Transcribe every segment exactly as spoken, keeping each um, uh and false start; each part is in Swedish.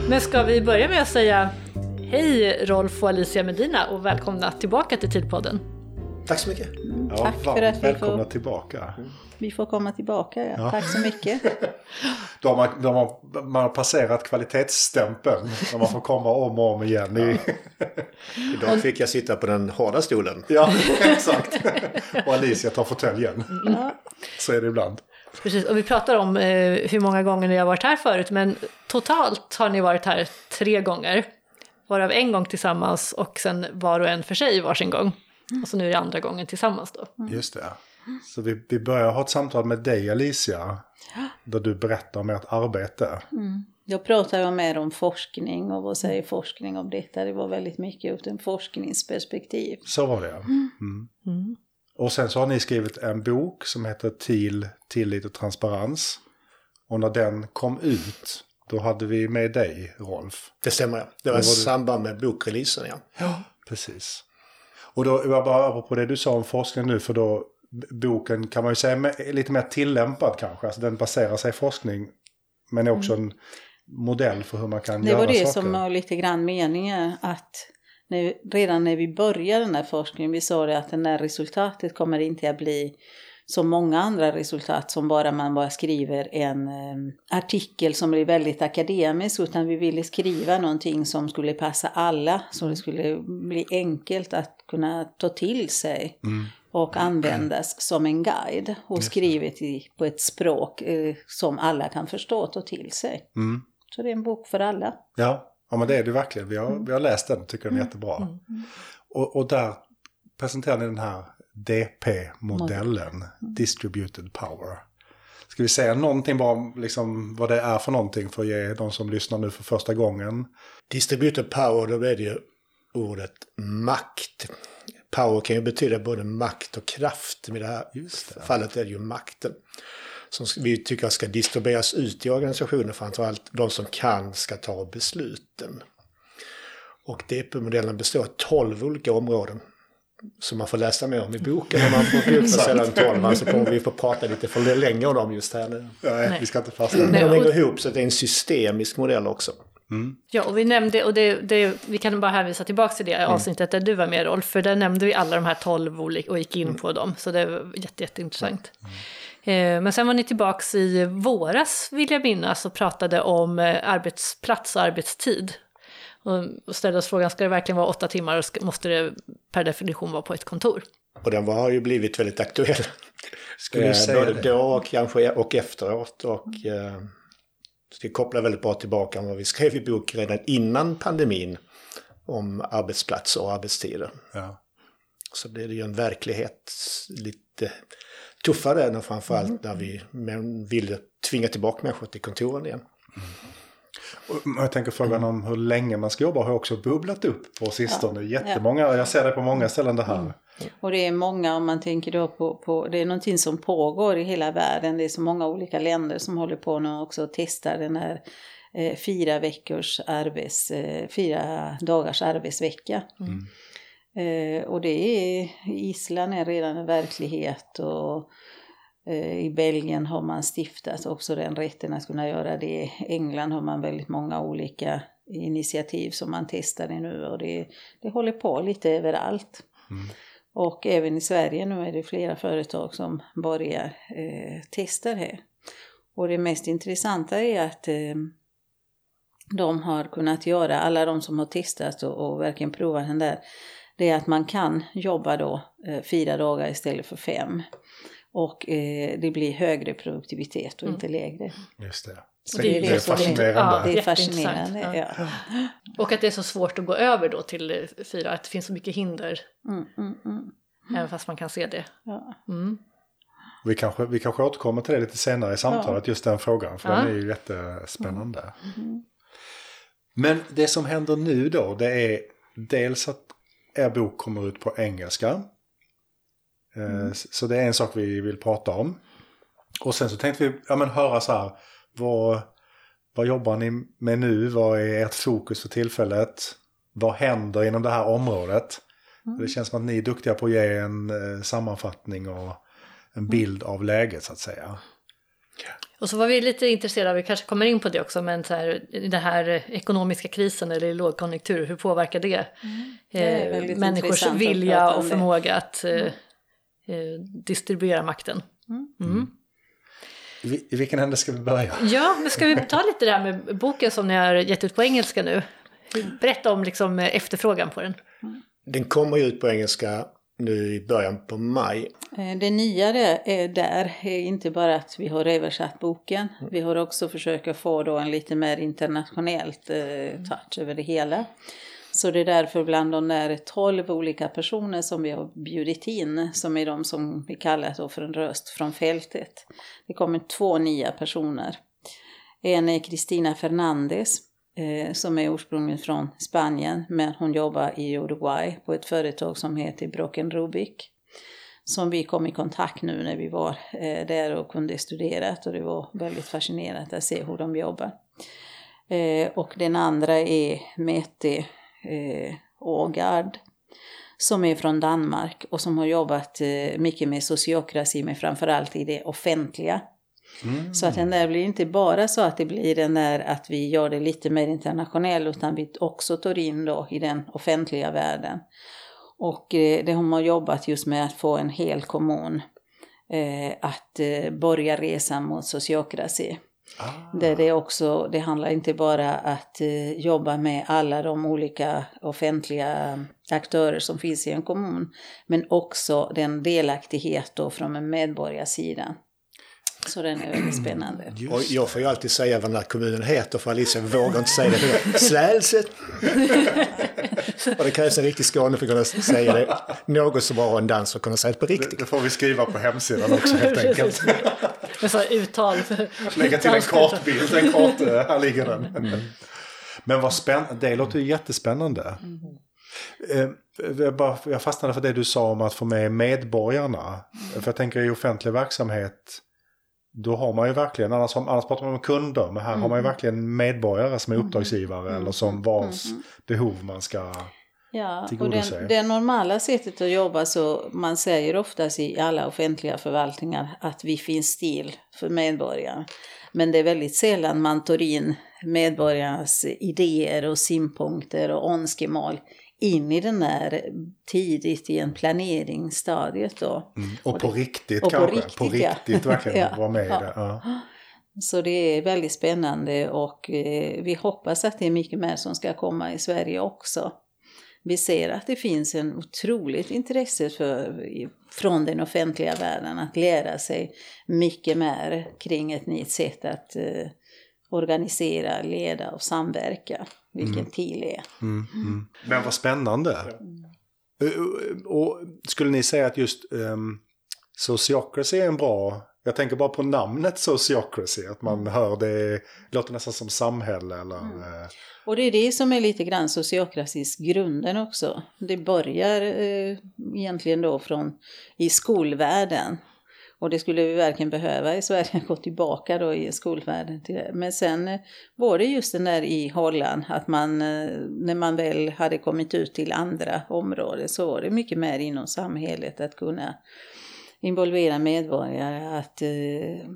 Men ska vi börja med att säga hej Rolf och Alicia Medina och välkomna tillbaka till Tidpodden. Tack så mycket. Mm, ja, tack för att vi välkomna får, tillbaka. vi får komma tillbaka. Ja. Ja. Tack så mycket. Då har man, då har man, man har passerat kvalitetsstämpeln och man får komma om och om igen. I... Idag fick jag sitta på den hårda stolen. Ja, exakt. Och Alicia tar fåtöljen. Ja. Så är det ibland. Precis, och vi pratar om eh, hur många gånger ni har varit här förut, men totalt har ni varit här tre gånger. Varav en gång tillsammans och sen var och en för sig varsin gång. Mm. Och så nu är det andra gången tillsammans då. Mm. Just det. Så vi, vi börjar ha ett samtal med dig, Alicia. Där du berättar om ert arbete. Mm. Jag pratar mer om forskning och vad säger forskning om detta. Det var väldigt mycket ut en forskningsperspektiv. Så var det. Mm. Mm. Och sen så har ni skrivit en bok som heter Till, tillit och transparens. Och när den kom ut, då hade vi med dig, Rolf. Det stämmer, ja. Det var i samband med bokreleasen, ja. Ja, precis. Och då var jag bara över på det du sa om forskning nu, för då boken kan man ju säga är lite mer tillämpad kanske. Alltså den baserar sig i forskning, men är också en modell för hur man kan det göra saker. Det var det som var lite grann meningen, att när, redan när vi började den här forskningen, vi sa det att det här resultatet kommer inte att bli så många andra resultat som bara man bara skriver en um, artikel som blir väldigt akademisk, utan vi ville skriva någonting som skulle passa alla, så det skulle bli enkelt att kunna ta till sig mm. och användas som en guide och skrivet i, på ett språk eh, som alla kan förstå och ta till sig. Mm. Så det är en bok för alla. Ja, ja men det är det verkligen. Vi har, vi har läst den, tycker den är jättebra. Mm. Mm. Och, och där presenterar ni den här D P-modellen, mm. Distributed Power. Ska vi säga någonting bara om liksom vad det är för någonting för att ge de som lyssnar nu för första gången? Distributed Power, då är det ju ordet makt. Power kan ju betyda både makt och kraft. I det här Just det. fallet är det ju makten som vi tycker ska distribueras ut i organisationen. Framförallt de som kan ska ta besluten. Och D P-modellen består av tolv olika områden som man får läsa mer om i boken. Om man får fördjupa sig den tolv, så alltså får vi får prata lite för länge om dem just här nu. Nej, Nej. vi ska inte fastna. Men de hänger ihop, så det är en systemisk modell också. Mm. Ja, och vi nämnde, och det, det, vi kan bara hänvisa tillbaka till det mm. avsnittet där du var med, Rolf, för där nämnde vi alla de här tolv olika och gick in mm. på dem, så det var jätte, jätteintressant. Mm. Eh, men sen var ni tillbaka i våras, vill jag minnas, och pratade om eh, arbetsplats och arbetstid. Och ställde oss frågan, ska det verkligen vara åtta timmar och ska, måste det per definition vara på ett kontor? Och den har ju blivit väldigt aktuell. Skulle du säga både det? Då och kanske och efteråt. Och eh, det kopplar väldigt bra tillbaka med vad vi skrev i boken redan innan pandemin om arbetsplatser och arbetstider. Ja. Så blev det ju en verklighet lite tuffare än framförallt mm. när vi ville tvinga tillbaka människor till kontoren igen. Mm. Jag tänker frågan om hur länge man ska jobba har också bubblat upp på sistone. Ja, Jättemånga, ja. jag ser det på många ställen det här. Mm. Och det är många, om man tänker då på, på, det är någonting som pågår i hela världen. Det är så många olika länder som håller på nu också och testar den här eh, fyra veckors arbets, eh, fyra dagars arbetsvecka. Mm. Eh, och det är, Island är redan en verklighet, och i Belgien har man stiftat också den rätten att kunna göra det. I England har man väldigt många olika initiativ som man testar det nu, och det, det håller på lite överallt. Mm. Och även i Sverige nu är det flera företag som börjar eh, testa det. Och det mest intressanta är att eh, de har kunnat göra, alla de som har testat och, och verkligen provat den där, det är att man kan jobba då eh, fyra dagar istället för fem. Och eh, det blir högre produktivitet och mm. inte lägre. Just det. Så det, är det, det är fascinerande. Ja, det är fascinerande. Ja. Ja. Och att det är så svårt att gå över då till fyra. Att det finns så mycket hinder. Mm, mm, mm. Även fast man kan se det. Ja. Mm. Vi, kanske, vi kanske återkommer till det lite senare i samtalet. Ja. Just den frågan. För ja. den är ju jättespännande. Mm. Men det som händer nu då. Det är dels att er bok kommer ut på engelska. Mm. Så det är en sak vi vill prata om. Och sen så tänkte vi ja, men höra så här. Vad, vad jobbar ni med nu? Vad är ert fokus för tillfället? Vad händer inom det här området? Mm. Det känns som att ni är duktiga på att ge en eh, sammanfattning och en bild av läget så att säga. Och så var vi lite intresserade, vi kanske kommer in på det också, men så här, den här ekonomiska krisen eller lågkonjunktur, hur påverkar det, mm. det eh, människors vilja och förmåga att eh, mm. eh, distribuera makten? Mm. Mm. I, I vilken ände ska vi börja? Ja, men ska vi ta lite det här med boken som ni har gett ut på engelska nu? Berätta om liksom efterfrågan på den. Den kommer ut på engelska nu i början på maj. Det nya är där är inte bara att vi har översatt boken. Vi har också försökt få då en lite mer internationellt eh, touch över det hela. Så det är därför bland de där tolv olika personer som vi har bjudit in, som är de som vi kallar då för en röst från fältet. Det kommer två nya personer. En är Cristina Fernandez, eh, som är ursprungligen från Spanien, men hon jobbar i Uruguay på ett företag som heter Broken Rubik. Som vi kom i kontakt nu när vi var eh, där och kunde studera, och det var väldigt fascinerande att se hur de jobbar. Eh, och den andra är Mette Eh, Ågard, som är från Danmark och som har jobbat eh, mycket med sociokrasi, men framförallt i det offentliga. Mm. Så att den där blir inte bara så att det blir den där att vi gör det lite mer internationellt, utan vi också tar in då i den offentliga världen. Och eh, det har jobbat just med att få en hel kommun eh, att eh, börja resan mot sociokrasi. Ah. Där det också, det handlar inte bara att eh, jobba med alla de olika offentliga aktörer som finns i en kommun, men också den delaktighet då från en medborgarsidan. Så den är väldigt spännande. Och jag får ju alltid säga vad den här kommunen heter, för Alicia vågar inte säga det. Slälset! Och det krävs en riktig skåne för att kunna säga det. Något som bara en dans för att kunna säga det på riktigt. Det får vi skriva på hemsidan också helt enkelt. Med så uttal. Lägga till en kartbild, en kart, här ligger den. Men vad spännande, det låter ju jättespännande. Mm. Jag, bara, jag fastnade för det du sa om att få med medborgarna. Mm. För jag tänker i offentlig verksamhet, då har man ju verkligen, annars, annars pratar man om kunder, men här mm. har man ju verkligen medborgare som är uppdragsgivare mm. eller som vars mm. behov man ska ja, tillgodose. Och det, det normala sättet att jobba, så man säger oftast i alla offentliga förvaltningar att vi finns till för medborgarna. Men det är väldigt sällan man tar in medborgarnas idéer och synpunkter och önskemål in i den där tidigt i en planeringsstadiet då. Mm. Och, och på det, riktigt och kanske. På riktigt, på riktigt ja. verkligen ja. vara med i ja. det. Ja. Så det är väldigt spännande, och eh, vi hoppas att det är mycket mer som ska komma i Sverige också. Vi ser att det finns en otroligt intresse för, från den offentliga världen att lära sig mycket mer kring ett nytt sätt att eh, organisera, leda och samverka. Vilken mm. till är. Mm, mm. Men vad spännande. Mm. Och skulle ni säga att just um, sociocracy är en bra... Jag tänker bara på namnet sociocracy. Att man hör det, låter nästan som samhälle. Eller, mm. eh. Och det är det som är lite grann sociokrasis grunden också. Det börjar eh, egentligen då från i skolvärlden. Och det skulle vi verkligen behöva i Sverige, gå tillbaka då i skolvärlden till det. Men sen var det just den där i Holland, att man, när man väl hade kommit ut till andra områden, så var det mycket mer inom samhället att kunna involvera medborgare, att eh,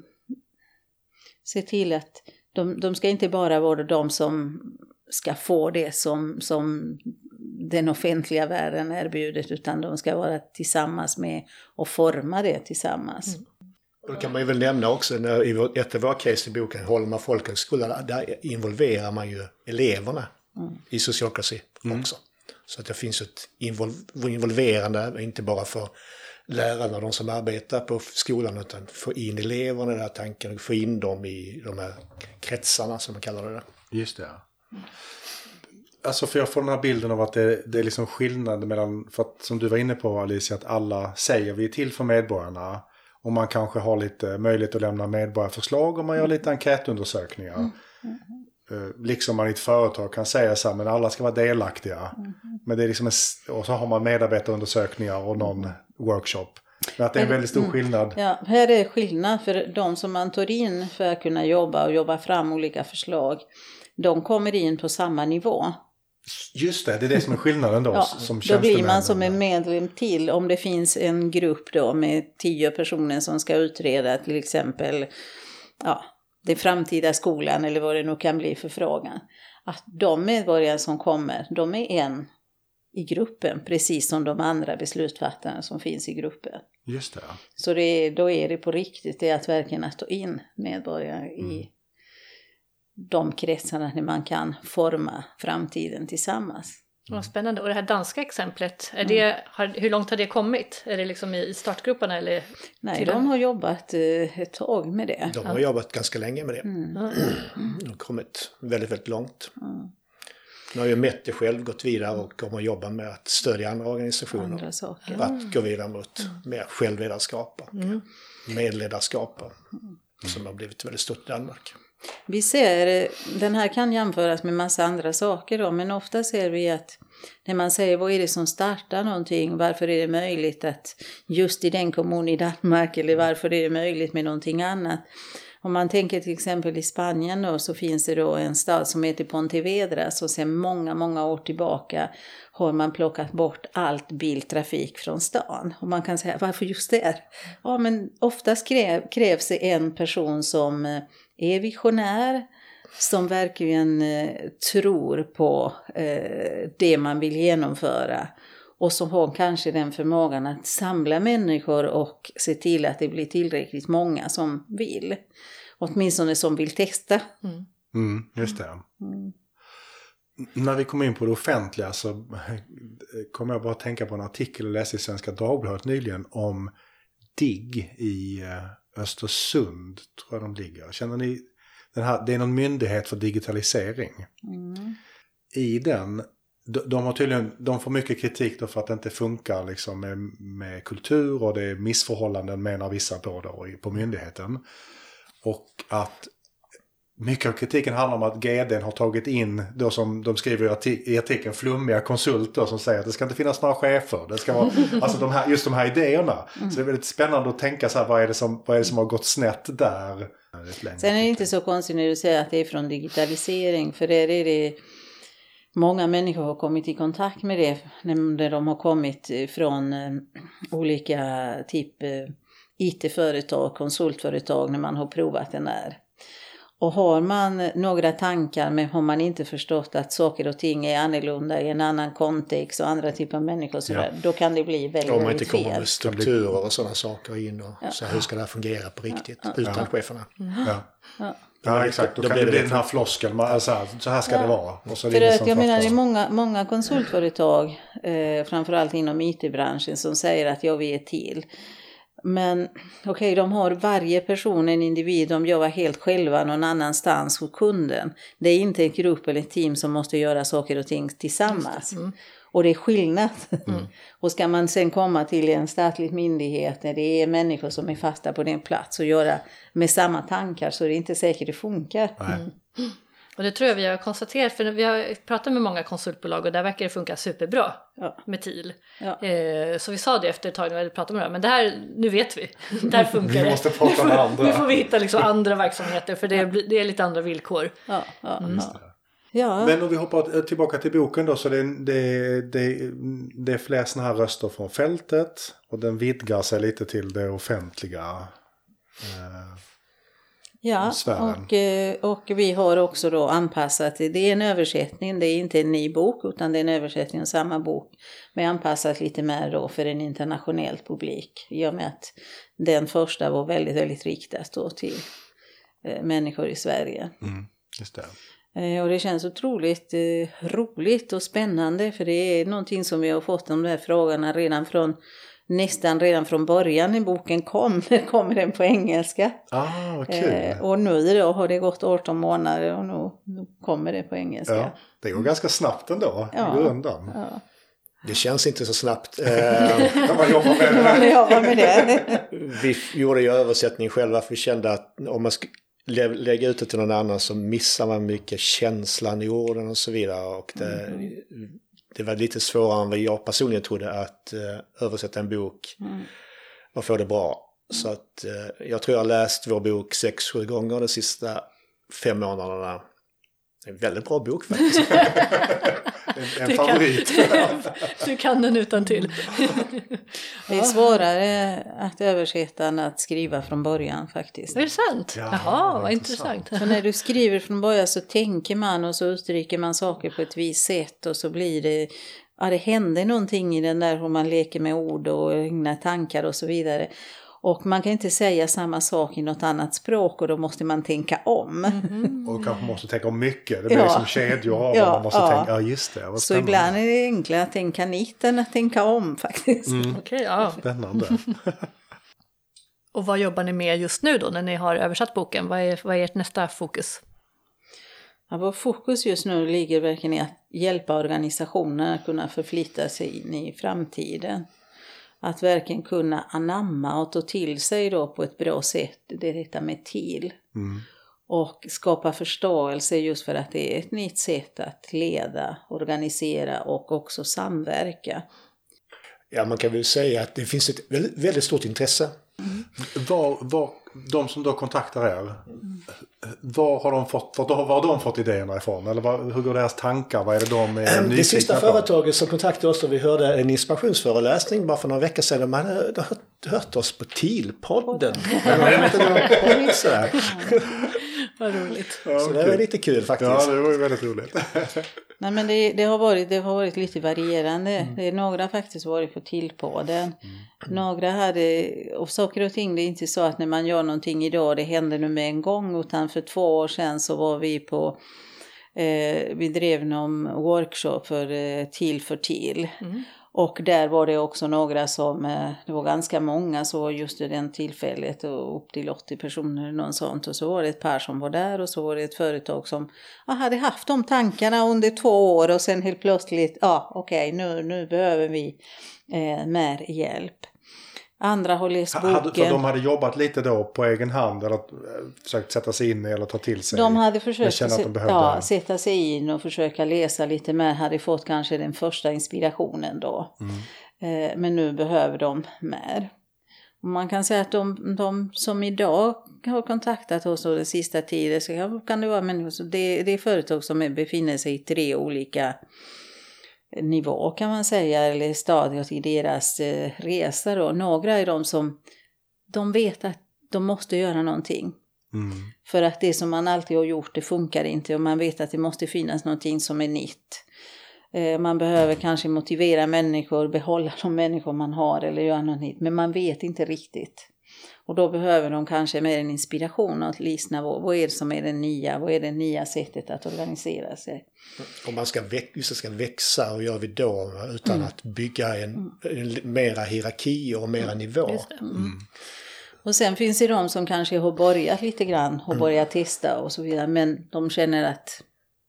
se till att de, de ska inte bara vara de som ska få det som, som den offentliga världen erbjudet, utan de ska vara tillsammans med och forma det tillsammans. Mm. Och det kan man ju väl nämna också, när i ett av våra case i boken Holma folkhögskola, där involverar man ju eleverna mm. i sociokrasi också. Mm. Så att det finns ett invol- involverande, inte bara för lärarna och de som arbetar på skolan, utan få in eleverna i den här tanken och få in dem i de här kretsarna som man kallar det. Just det. Mm. Alltså för jag får den här bilden av att det, det är liksom skillnad mellan, för att som du var inne på Alicia, att alla säger vi är till för medborgarna, och man kanske har lite möjlighet att lämna medborgarförslag och man gör lite enkätundersökningar. Mm. Mm. Liksom man i ett företag kan säga så här, men alla ska vara delaktiga. Mm. Men det är liksom en, och så har man medarbetarundersökningar och någon workshop. Men att det är en väldigt stor skillnad. Ja, här är skillnad för de som man tar in för att kunna jobba och jobba fram olika förslag. De kommer in på samma nivå. Just det, det är det som är skillnaden då. Ja, som då blir man som en medlem till. Om det finns en grupp då med tio personer som ska utreda till exempel ja, den framtida skolan eller vad det nu kan bli för frågan. Att de medborgare som kommer, de är en i gruppen, precis som de andra beslutsfattarna som finns i gruppen. Just det. Så det är, då är det på riktigt, det är att verkligen att ta in medborgare mm. i de kretsarna när man kan forma framtiden tillsammans. Mm. Vad spännande. Och det här danska exemplet, är det, har, hur långt har det kommit? Är det liksom i startgrupperna? Eller Nej, de har jobbat eh, ett tag med det. De har ja. jobbat ganska länge med det. Mm. Mm. De har kommit väldigt, väldigt långt. Mm. Nu har ju Mette själv gått vidare och kommer att jobba med att stödja andra organisationer. Andra saker. Att gå vidare mot mm. mer självledarskap och mm. medledarskap mm. som har blivit väldigt stort i Danmark. Vi ser, den här kan jämföras med massa andra saker då, men ofta ser vi att när man säger vad är det som startar någonting, varför är det möjligt att just i den kommunen i Danmark eller varför är det möjligt med någonting annat. Om man tänker till exempel i Spanien då, så finns det då en stad som heter Pontevedra, och sedan många, många år tillbaka har man plockat bort allt biltrafik från stan. Och man kan säga, varför just där? Ja, men oftast kräv, krävs det en person som är visionär, som verkligen eh, tror på eh, det man vill genomföra. Och som har kanske den förmågan att samla människor och se till att det blir tillräckligt många som vill. Åtminstone som vill testa. Mm. Mm, just det. Mm. När vi kom in på det offentliga så kom jag bara att tänka på en artikel jag läste i Svenska Dagbladet nyligen om D I G i Östersund, tror jag de ligger. Känner ni, den här, det är någon myndighet för digitalisering. Mm. I den, de, de har tydligen, de får mycket kritik då för att det inte funkar liksom med, med kultur och det är missförhållanden menar vissa på, då, på myndigheten. Och att mycket av kritiken handlar om att G D:n har tagit in, då som de skriver i, artik- i artikeln, flummiga konsulter som säger att det ska inte finnas några chefer. Det ska vara, alltså de här, just de här idéerna. Mm. Så det är väldigt spännande att tänka så här, vad är det som, vad är det som har gått snett där? Sen är det inte så konstigt när du säger att det är från digitalisering, för det är det många människor har kommit i kontakt med det när de har kommit från eh, olika typ eh, I T-företag, konsultföretag när man har provat den där. Och har man några tankar men har man inte förstått att saker och ting är annorlunda i en annan kontext och andra typer av människor så ja. där, då kan det bli väldigt fel. Om man inte kommer med strukturer och sådana saker in och ja. så hur ska det här fungera på riktigt ja. utan ja. cheferna. Mm. Ja. Ja. Ja, exakt. Då, då kan det bli den här floskeln. Alltså, så här ska ja. det vara. Och så För att jag menar, det är många, många konsultföretag, eh, framförallt inom I T-branschen, som säger att jag vet till. Men okej, okay, de har varje person, en individ, de jobbar helt själva någon annanstans hos kunden. Det är inte en grupp eller ett team som måste göra saker och ting tillsammans. Mm. Och det är skillnad. Mm. Och ska man sen komma till en statlig myndighet när det är människor som är fasta på den plats och göra med samma tankar, så är det inte säkert det funkar. Mm. Och det tror jag vi har konstaterat, för vi har pratat med många konsultbolag och där verkar det funka superbra ja. med T I L. Ja. Eh, så vi sa det efter ett tag när vi pratade med det, men det här, nu vet vi. Där funkar det. Vi måste prata med andra. Nu får vi hitta liksom andra verksamheter, för det är, det är lite andra villkor. Ja, ja, mm. ja. Ja. Men om vi hoppar tillbaka till boken då, så det, det, det, det är fler såna här röster från fältet och den vidgar sig lite till det offentliga eh, ja, och, och vi har också då anpassat, det är en översättning, det är inte en ny bok utan det är en översättning av samma bok, men anpassat lite mer då för en internationell publik, i och med att den första var väldigt, väldigt riktad då till eh, människor i Sverige. Mm, just det. Och det känns otroligt eh, roligt och spännande, för det är någonting som vi har fått de där frågorna redan från nästan redan från början när boken kom. Kommer den på engelska. Ah, vad kul. Eh, och nu då har det gått arton månader och nu, nu kommer det på engelska. Ja, det går ganska snabbt ändå. Ja, det går undan. Ja. Det känns inte så snabbt. När man jobbar med det. Man jobbar med det. Vi gjorde ju översättning själva, för vi kände att om man skulle lägga ut det till någon annan så missar man mycket känslan i orden och så vidare. Och det, mm. det var lite svårare än vad jag personligen trodde att uh, översätta en bok mm. och få det bra. Så att uh, jag tror jag har läst vår bok sex, sju gånger de sista fem månaderna. Det är en väldigt bra bok faktiskt. en en favorit. Kan, du kan den utan till. Det är svårare att översätta än att skriva från början faktiskt. Är det sant? Ja, Jaha, vad vad intressant. För när du skriver från början så tänker man och så uttrycker man saker på ett visst sätt och så blir det, ja det händer någonting i den där hur man leker med ord och egna tankar och så vidare. Och man kan inte säga samma sak i något annat språk och då måste man tänka om. Mm-hmm. Och kanske måste tänka om mycket. Det blir Ja. som kedjor av Ja, man måste ja. tänka, ja just det. Så ibland är det enklare att tänka nytt än att tänka om faktiskt. Mm. Okej, ja. Spännande. Och vad jobbar ni med just nu då när ni har översatt boken? Vad är, vad är ert nästa fokus? Ja, vår fokus just nu ligger verkligen i att hjälpa organisationer att kunna förflytta sig in i framtiden. Att verkligen kunna anamma och ta till sig då på ett bra sätt det detta med till. Mm. Och skapa förståelse just för att det är ett nytt sätt att leda, organisera och också samverka. Ja, man kan väl säga att det finns ett väldigt, väldigt stort intresse. Mm. Var, var, de som då kontaktar er, var har de fått, var, var har de fått idéerna ifrån? Eller var, hur går deras tankar? Vad är det de är nyfikna Det sista på? företaget som kontaktade oss och vi hörde en inspirationsföreläsning bara för några veckor sedan. Man hade hört, hört oss på Tilpodden. Vad roligt. Så okay. Det var lite kul faktiskt. Ja, det var ju väldigt roligt. Nej, men det, det, har varit, det har varit lite varierande. Mm. Det är några faktiskt varit på Tilpodden. Mm. Några hade, och saker och ting, det är inte så att när man gör någonting idag det händer nu med en gång. Utan för två år sedan så var vi på, eh, vi drev någon workshop för eh, Till för Till. Mm. Och där var det också några som, det var ganska många så just i den tillfället och upp till åttio personer någon sånt. Och så var det ett par som var där och så var det ett företag som ja, hade haft de tankarna under två år och sen helt plötsligt, ja okej okay, nu, nu behöver vi eh, mer hjälp. Andra har läst boken. Hade, för de hade jobbat lite då på egen hand eller försökt sätta sig in eller ta till sig. De hade försökt se, att de behövde... ja, sätta sig in och försöka läsa lite mer. Hade fått kanske den första inspirationen då. Mm. Eh, men nu behöver de mer. Och man kan säga att de, de som idag har kontaktat oss den sista tiden så kan det vara människor. Det, det är företag som befinner sig i tre olika nivå kan man säga eller stadiet i deras eh, resa då. Några är de som de vet att de måste göra någonting. Mm. För att det som man alltid har gjort det funkar inte och man vet att det måste finnas någonting som är nytt. Eh, man behöver kanske motivera människor, behålla de människor man har eller göra något nytt men man vet inte riktigt. Och då behöver de kanske mer en inspiration att lyssna på vad är det som är det nya, vad är det nya sättet att organisera sig. Om man ska, väx- just ska växa och gör vi då utan mm. att bygga en, en mera hierarki och mera nivå. Mm. Mm. Och sen finns det de som kanske har börjat lite grann och börjat mm. testa och så vidare men de känner att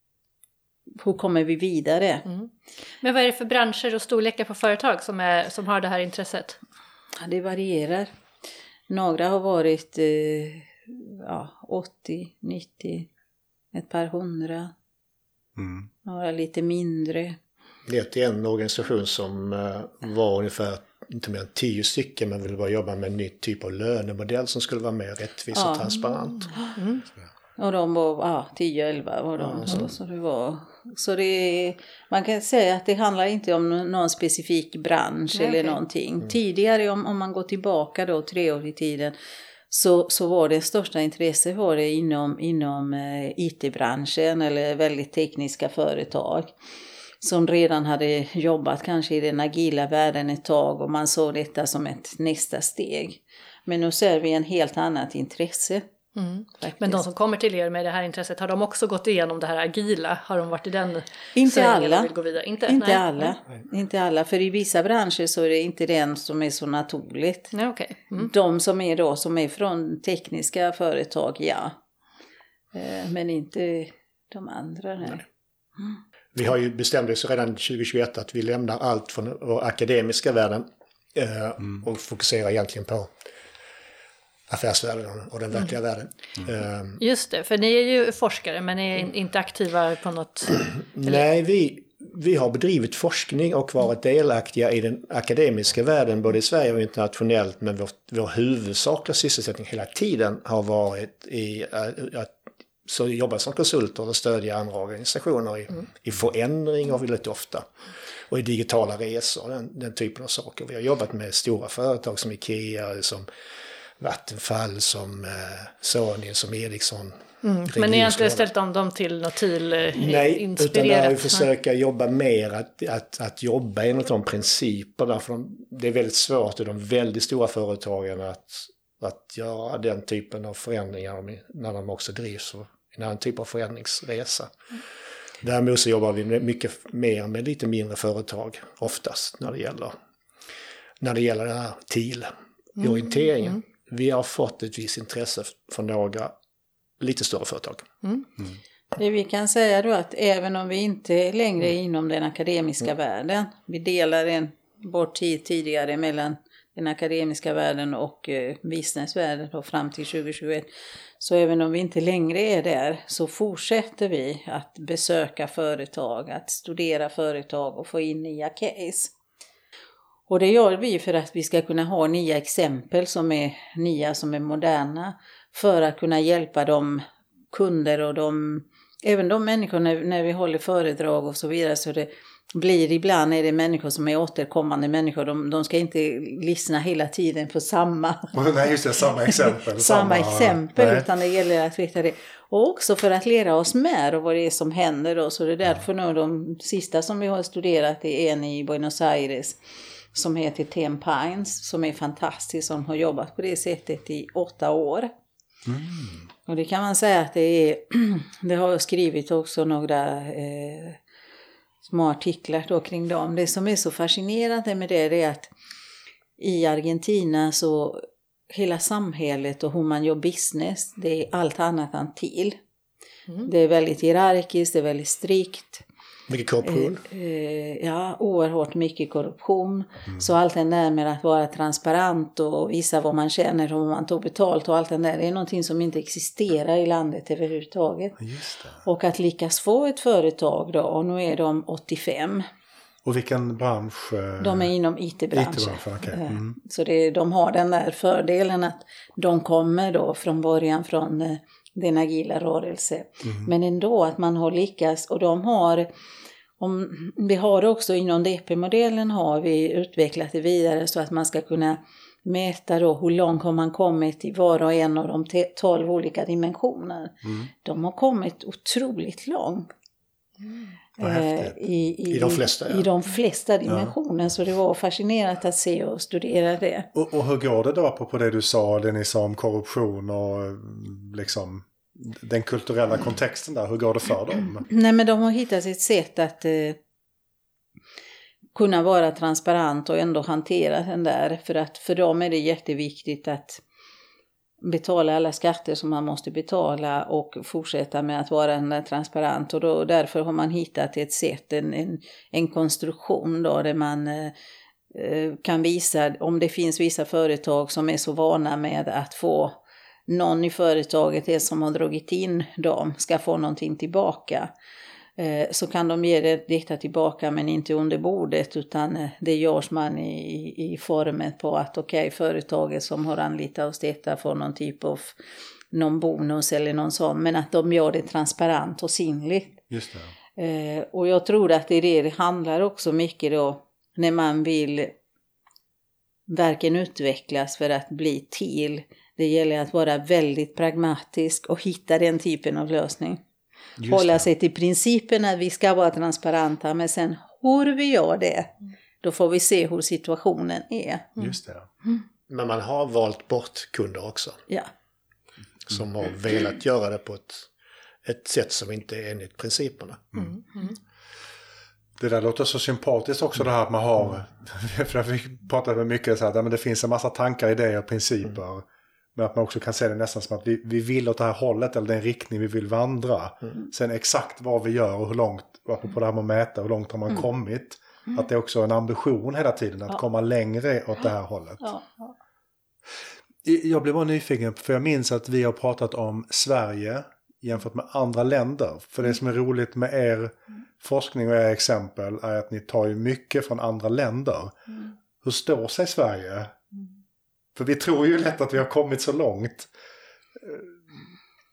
hur kommer vi vidare? Mm. Men vad är det för branscher och storlekar på företag som, är, som har det här intresset? Ja, det varierar. Några har varit eh, ja, åttio, nittio, ett par hundra. Mm. Några lite mindre. Det är till en organisation som uh, var ungefär inte mer än tio stycken men ville bara jobba med en ny typ av lönemodell som skulle vara mer rättvis ja. och transparent. Mm. Och de var ja, tio elva var de. Ja, så. Så det var... Så det, man kan säga att det handlar inte om någon specifik bransch Nej, eller okay. någonting. Mm. Tidigare om, om man går tillbaka då tre år i tiden så, så var det största intresse var det inom, inom eh, I T-branschen eller väldigt tekniska företag. Som redan hade jobbat kanske i den agila världen ett tag och man såg detta som ett nästa steg. Men nu ser vi en helt annat intresse. Mm. Men de som kommer till er med det här intresset, har de också gått igenom det här agila? Har de varit i den inte alla. Vill gå vidare? Inte, inte nej. alla. Nej. Inte alla, för i vissa branscher så är det inte den som är så naturligt. Nej, okay. Mm. De som är då som är från tekniska företag, ja. Men inte de andra. Nej. Nej. Mm. Vi har ju bestämt oss redan tjugohundratjugoett att vi lämnar allt från vår akademiska världen eh, mm. och fokuserar egentligen på affärsvärlden och den verkliga mm. världen. Mm. Just det, för ni är ju forskare men ni är inte aktiva på något... Nej, vi, vi har bedrivit forskning och varit delaktiga i den akademiska världen både i Sverige och internationellt men vår, vår huvudsakliga sysselsättning hela tiden har varit i att så jobbar som konsulter och stödjer andra organisationer i, mm. i förändring och väldigt ofta. Och i digitala resor, den, den typen av saker. Vi har jobbat med stora företag som Ikea, som Vattenfall, som eh, Sony, som Ericsson. Mm. Men ni har inte ställt om dem till något till eh, Nej, inspirerat? utan där vi försöka jobba mer att, att, att jobba enligt de principerna. För de, det är väldigt svårt i de väldigt stora företagen att, att göra den typen av förändringar när de också drivs och en annan typ av förändringsresa. Mm. Däremot så jobbar vi mycket mer med lite mindre företag oftast när det gäller, när det gäller den här T I L-orienteringen. Mm. Mm. Vi har fått ett visst intresse från några lite större företag. Mm. Mm. Det vi kan säga då är att även om vi inte längre är inom den akademiska mm. världen, vi delar en bort tid tidigare mellan den akademiska världen och eh, businessvärlden då fram till tjugo tjugoett. Så även om vi inte längre är där så fortsätter vi att besöka företag, att studera företag och få in nya case. Och det gör vi för att vi ska kunna ha nya exempel som är nya, som är moderna, för att kunna hjälpa de kunder och de, även de människor när, när vi håller föredrag och så vidare, så det blir ibland är det människor som är återkommande människor. De, de ska inte lyssna hela tiden på samma, nej, just det, samma exempel. samma, samma exempel, nej. Utan det gäller att veta det. Och också för att lära oss mer och vad det är som händer då. Så det är därför nu de sista som vi har studerat är en i Buenos Aires som heter Ten Pines, som är fantastisk, som har jobbat på det sättet i åtta år. Mm. Och det kan man säga att det är, det har jag skrivit också några eh, små artiklar då kring dem. Det som är så fascinerande med det är att i Argentina så hela samhället och hur man gör business, det är allt annat än till. Mm. Det är väldigt hierarkiskt, det är väldigt strikt. Mycket korruption. Eh, eh, ja, oerhört mycket korruption. Mm. Så allt det där med att vara transparent och visa vad man känner och vad man tog betalt och allt det där, det är någonting som inte existerar i landet överhuvudtaget. Just det. Och att lyckas få ett företag då, och nu är de åttiofem. Och vilken bransch? Eh... De är inom I T-branschen. I T-branschen, okay. Mm. Så det, de har den där fördelen att de kommer då från början från eh, den agila rörelse. Mm. Men ändå att man har lyckats, och de har, om, vi har också inom D P-modellen har vi utvecklat det vidare så att man ska kunna mäta då hur långt har man kommit i var och en av de tolv olika dimensioner. Mm. De har kommit otroligt långt. Mm. Eh, i, i, I de flesta, ja. i de flesta dimensioner, ja. Så det var fascinerande att se och studera det. Och, och hur går det då på, på det du sa, det ni sa om korruption och liksom den kulturella kontexten där, hur går det för dem? Nej, men de har hittat ett sätt att eh, kunna vara transparent och ändå hantera den där, för att för dem är det jätteviktigt att betala alla skatter som man måste betala och fortsätta med att vara en transparent, och då, därför har man hittat ett sätt, en, en, en konstruktion då, där man eh, kan visa om det finns vissa företag som är så vana med att få någon i företaget, det som har dragit in dem, ska få någonting tillbaka. Eh, så kan de ge det detta tillbaka, men inte under bordet, utan eh, det görs man i, i formen på att okej, okay, företaget som har anlitat oss detta får någon typ av någon bonus eller någon sån, men att de gör det transparent och synligt. Just det. Eh, och jag tror att det är det det handlar också mycket då, när man vill verkligen utvecklas för att bli till. Det gäller att vara väldigt pragmatisk och hitta den typen av lösning. Just Hålla det. sig till principen att vi ska vara transparenta, men sen hur vi gör det, då får vi se hur situationen är. Mm. Just det. Mm. Men man har valt bort kunder också. Ja. Som har velat göra det på ett, ett sätt som inte är enligt principerna. Mm. Mm. Det där låter så sympatiskt också, det här att man har, för vi pratade mycket så här, men det finns en massa tankar, idéer och principer. Mm. Men att man också kan se det nästan som att vi, vi vill åt det här hållet, eller den riktning vi vill vandra. Mm. Sen exakt vad vi gör och hur långt, på det här med att mäta, hur långt har man mm. kommit. Mm. Att det är också en ambition hela tiden att ja. komma längre åt det här hållet. Ja. Ja. Jag blev bara nyfiken, för jag minns att vi har pratat om Sverige jämfört med andra länder. För det som är roligt med er mm. forskning och era exempel är att ni tar ju mycket från andra länder. Mm. Hur står sig Sverige? Mm. För vi tror ju lätt att vi har kommit så långt.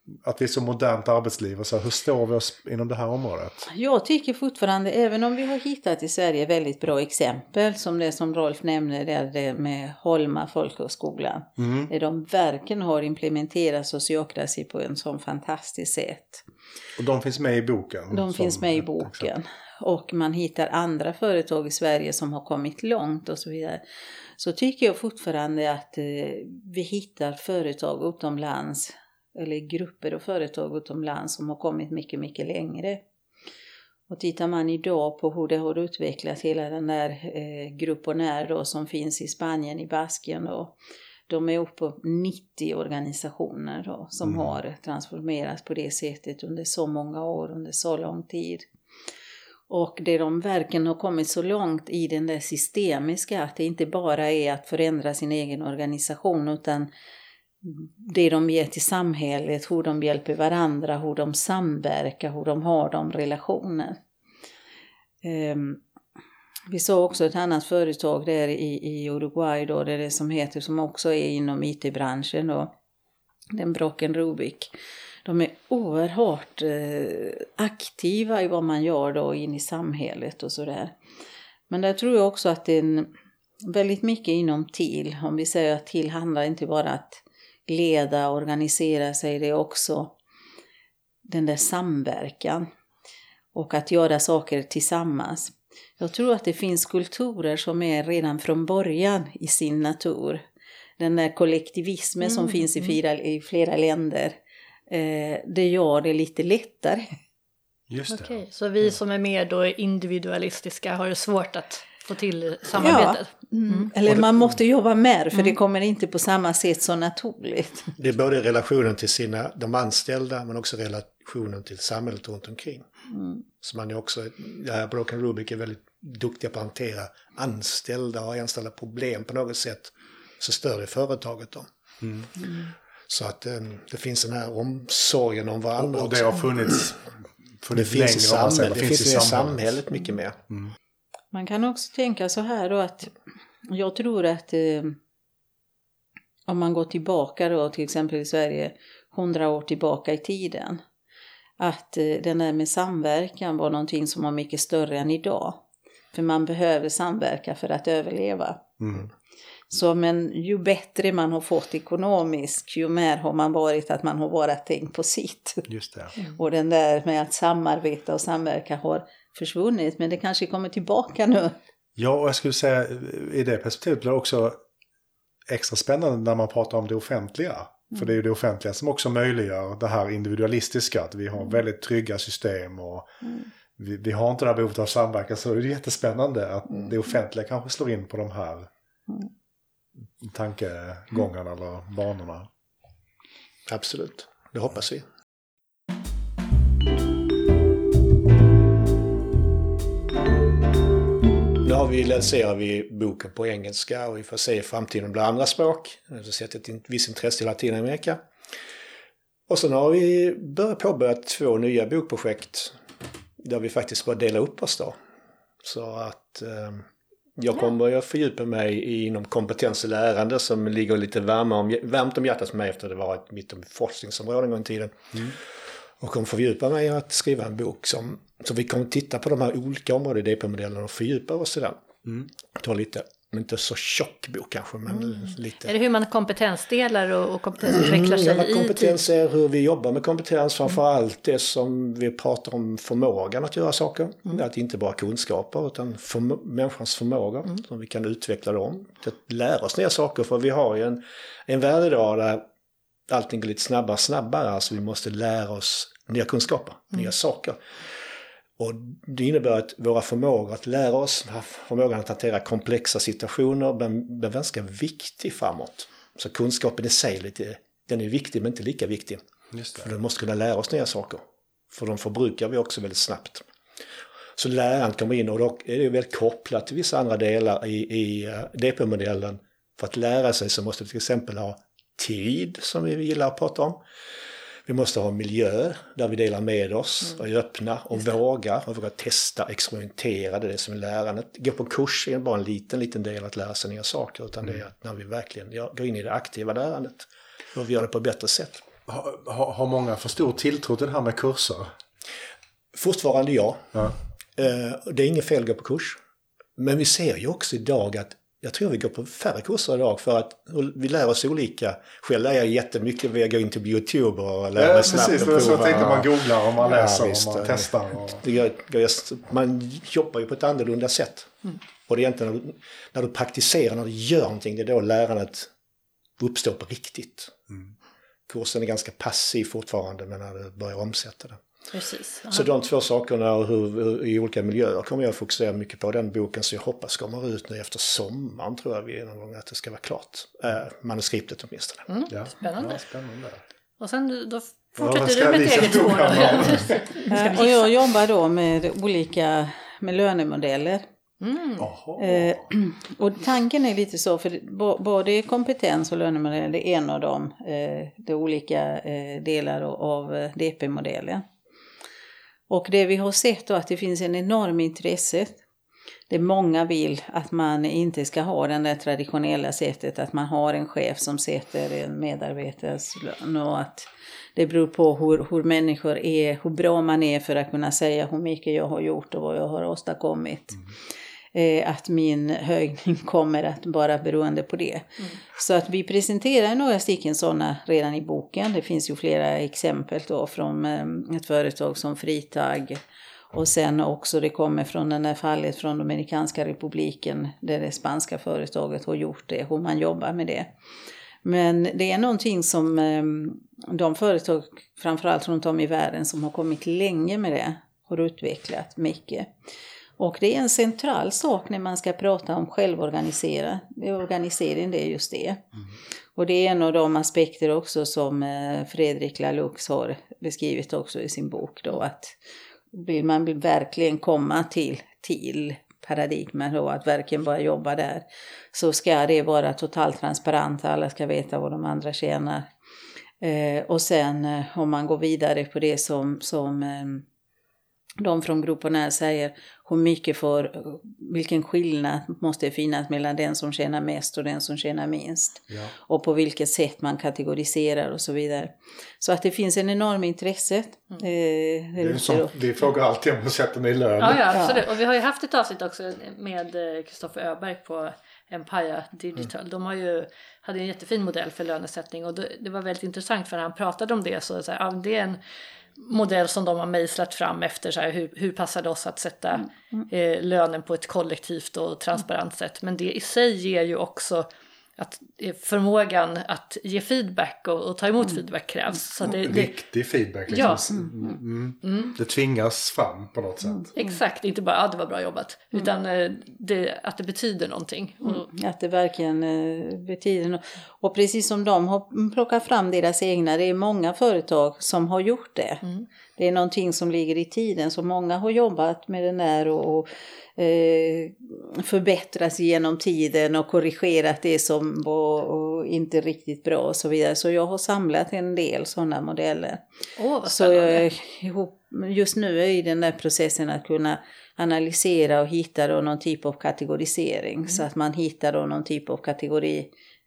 att det är så modernt arbetsliv och så, hur står vi oss inom det här området? Jag tycker fortfarande, även om vi har hittat i Sverige väldigt bra exempel, som det som Rolf nämner, det är det med Holma folkhögskolan. Mm. Där de verkligen har implementerat sociokrasi på en sån fantastisk sätt. Och de finns med i boken? De finns med i boken. Och man hittar andra företag i Sverige som har kommit långt och så vidare. Så tycker jag fortfarande att eh, vi hittar företag utomlands, eller grupper och företag utomlands som har kommit mycket, mycket längre. Och tittar man idag på hur det har utvecklats, hela den där eh, Grupponer då, som finns i Spanien, i Baskien då. De är uppe på nittio organisationer då, som mm. har transformerats på det sättet under så många år, under så lång tid. Och det de verkligen har kommit så långt i den där systemiska, att det inte bara är att förändra sin egen organisation, utan det de ger till samhället, hur de hjälper varandra, hur de samverkar, hur de har de relationer. Um, vi såg också ett annat företag där i, i Uruguay då, det är det som heter, som också är inom I T-branschen då, den Brocken Rubik. De är oerhört eh, aktiva i vad man gör då in i samhället och sådär. Men där tror jag också att det är en, väldigt mycket inom till. Om vi säger att till handlar inte bara att leda, organisera sig, det är också den där samverkan. Och att göra saker tillsammans. Jag tror att det finns kulturer som är redan från början i sin natur. Den där kollektivismen mm, som finns i flera, i flera länder. Eh, det gör det lite lättare. Just det. Okej, så vi som är mer då individualistiska har det svårt att få till samarbetet? Ja, mm. Mm. Eller man måste jobba med, för mm. det kommer inte på samma sätt så naturligt. Det är både relationen till sina, de anställda, men också relationen till samhället runt omkring. Mm. Så man är också, det här Brocken Rubik är väldigt duktiga på att hantera anställda och anställda problem på något sätt. Så större företaget då. Mm. Mm. Så att um, det finns den här omsorgen om varandra. Och, och det har funnits, funnits det finns i samhället, det, det finns i samhället, samhället mycket mer. Mm. Man kan också tänka så här då, att jag tror att eh, om man går tillbaka då, till exempel i Sverige hundra år tillbaka i tiden, att eh, den där med samverkan var någonting som var mycket större än idag. För man behöver samverka för att överleva. Mm. Så men ju bättre man har fått ekonomiskt, ju mer har man varit att man har bara tänkt på sitt. Just det. Mm. Och den där med att samarbeta och samverka har försvunnit, men det kanske kommer tillbaka nu. Ja, och jag skulle säga i det perspektivet blir det också extra spännande när man pratar om det offentliga. Mm. För det är ju det offentliga som också möjliggör det här individualistiska, att vi har mm. väldigt trygga system och mm. vi, vi har inte det här behovet av samverkan, så det är jättespännande att mm. det offentliga kanske slår in på de här mm. tankegångarna mm. eller banorna. Absolut, det hoppas vi. Nu har vi lanserat vi boken på engelska och vi får se i framtiden bland andra språk. Vi har sett ett visst intresse i Latinamerika. Och sen har vi börjat påbörja två nya bokprojekt där vi faktiskt bara delar upp oss då. Så att eh, jag kommer att fördjupa mig inom kompetens och lärande som ligger lite varma om, varmt om hjärtat för mig efter det varit mitt om forskningsområden en gång i tiden. Mm. Och kommer fördjupa mig i att skriva en bok som, som vi kommer titta på de här olika områdena i D P-modellen och fördjupa oss i den. Mm. Ta lite, men inte så tjock bok kanske, men mm. lite. Är det hur man kompetensdelar och, och kompetensutvecklar sig mm, i? Kompetens är hur vi jobbar med kompetens, framförallt det som vi pratar om förmågan att göra saker. Mm. Att inte bara kunskaper utan förm- människans förmåga mm. som vi kan utveckla dem. Att lära oss nya saker, för vi har ju en, en värld idag där allting går lite snabbare snabbare, alltså vi måste lära oss nya kunskaper, mm. nya saker. Och det innebär att våra förmågor att lära oss, förmågan att hantera komplexa situationer blir ganska viktig framåt. Så kunskapen i sig lite, den är viktig men inte lika viktig. Just det. För vi måste kunna lära oss nya saker. För de förbrukar vi också väldigt snabbt. Så lärandet kommer in och då är det väldigt kopplat till vissa andra delar i, i D P-modellen. För att lära sig så måste vi till exempel ha tid, som vi gillar att prata om. Vi måste ha miljö där vi delar med oss och är öppna och vågar och vågar testa, experimentera, det är det som är lärandet. Gå på kurs är bara en liten, liten del att lära sig nya saker, utan mm. det är att när vi verkligen går in i det aktiva lärandet och vi gör det på ett bättre sätt. Har, har många för stor tilltro till det här med kurser? Fortfarande ja. ja. Uh, det är ingen fel att gå på kurs. Men vi ser ju också idag att jag tror vi går på färre kurser idag för att vi lär oss olika. Själv lär jag jättemycket via att gå in till YouTube och lära ja, mig snabbt. Precis, och så tänkte man googlar och man läser ja, visst, och man testar. Och... Det gör, man jobbar ju på ett annorlunda sätt. Mm. Och det är egentligen när du, när du praktiserar, när du gör någonting, det är då lärandet uppstår på riktigt. Mm. Kursen är ganska passiv fortfarande, men när du börjar omsätta det. Precis. Så de två sakerna och hur, hur, i olika miljöer kommer jag fokusera mycket på den boken, så jag hoppas kommer ut nu efter sommaren, tror jag vi någon gång att det ska vara klart. Äh, manuskriptet åtminstone. Mm, ja. Spännande. Ja, spännande. Och sen då fortsätter ja, du med ett eget spår. Och jag jobbar då med olika med lönemodeller. Mm. Eh, och tanken är lite så, för både kompetens och lönemodell är en av de, eh, de olika eh, delar av D P-modellen. Och det vi har sett då att det finns en enorm intresse. Det många vill att man inte ska ha den där traditionella sättet att man har en chef som sätter en medarbetares lön, och att det beror på hur, hur människor är, hur bra man är för att kunna säga hur mycket jag har gjort och vad jag har åstadkommit. Mm. Eh, att min höjning kommer att vara beroende på det. Mm. Så att vi presenterar några stycken sådana redan i boken. Det finns ju flera exempel då från eh, ett företag som Fritag. Och sen också det kommer från den här fallet från Dominikanska republiken där det spanska företaget har gjort det, hur man jobbar med det. Men det är någonting som eh, de företag framförallt runt om i världen som har kommit länge med det har utvecklat mycket. Och det är en central sak när man ska prata om självorganisera. Organisering, det är just det. Mm. Och det är en av de aspekter också som Fredrik Laloux har beskrivit också i sin bok då, att vill man vill verkligen komma till, till paradigmen då, att verkligen bara jobba där, så ska det vara totalt transparent, alla ska veta vad de andra tjänar. Eh, och sen eh, om man går vidare på det som, som eh, de från grupperna säger, hur mycket för, vilken skillnad måste finnas mellan den som tjänar mest och den som tjänar minst. Ja. Och på vilket sätt man kategoriserar och så vidare. Så att det finns en enorm intresse. Mm. Eh, det är som, vi frågar alltid om hur sätter ni lön. Ja, ja, absolut. Och vi har ju haft ett avsnitt också med Kristoffer Öberg på Empire Digital. Mm. De har ju, hade en jättefin modell för lönesättning, och det, det var väldigt intressant för när han pratade om det, så, så här, ja, det är en modell som de har mejslat fram efter så här, hur, hur passar det oss att sätta mm. Mm. Eh, lönen på ett kollektivt och transparent sätt. Men det i sig ger ju också att eh, förmågan att ge feedback och, och ta emot mm. feedback krävs. Så det, det, riktig feedback liksom. Ja. Mm. Mm. Mm. Det tvingas fram på något sätt. Mm. Exakt, inte bara att ah, det var bra jobbat. Mm. Utan eh, det, att det betyder någonting. Mm. Att det verkligen eh, betyder något. Och precis som de har plockat fram deras egna, det är många företag som har gjort det. Mm. Det är någonting som ligger i tiden, så många har jobbat med den här och, och eh, förbättras genom tiden och korrigerat det som var och inte riktigt bra och så vidare. Så jag har samlat en del sådana modeller. Åh, vad så jag, just nu är i den där processen att kunna analysera och hitta då någon typ av kategorisering. Mm. Så att man hittar då någon typ av kategori,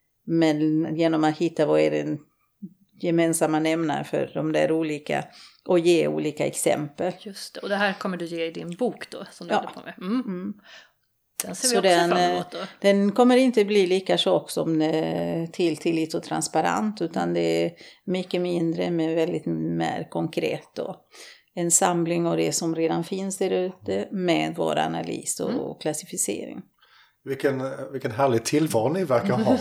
men genom att hitta vad är den gemensamma nämnare för de där olika, och ge olika exempel. Just det, och det här kommer du ge i din bok då, som du ja. håller på med. Mm. Mm. Den ser vi så också den, fram emot då. Den kommer inte bli lika tjock som till tillit och transparent, utan det är mycket mindre men väldigt mer konkret då. En samling av det som redan finns där ute med vår analys och mm. klassificering. Vilken, vilken härlig tillvaro ni verkar ha.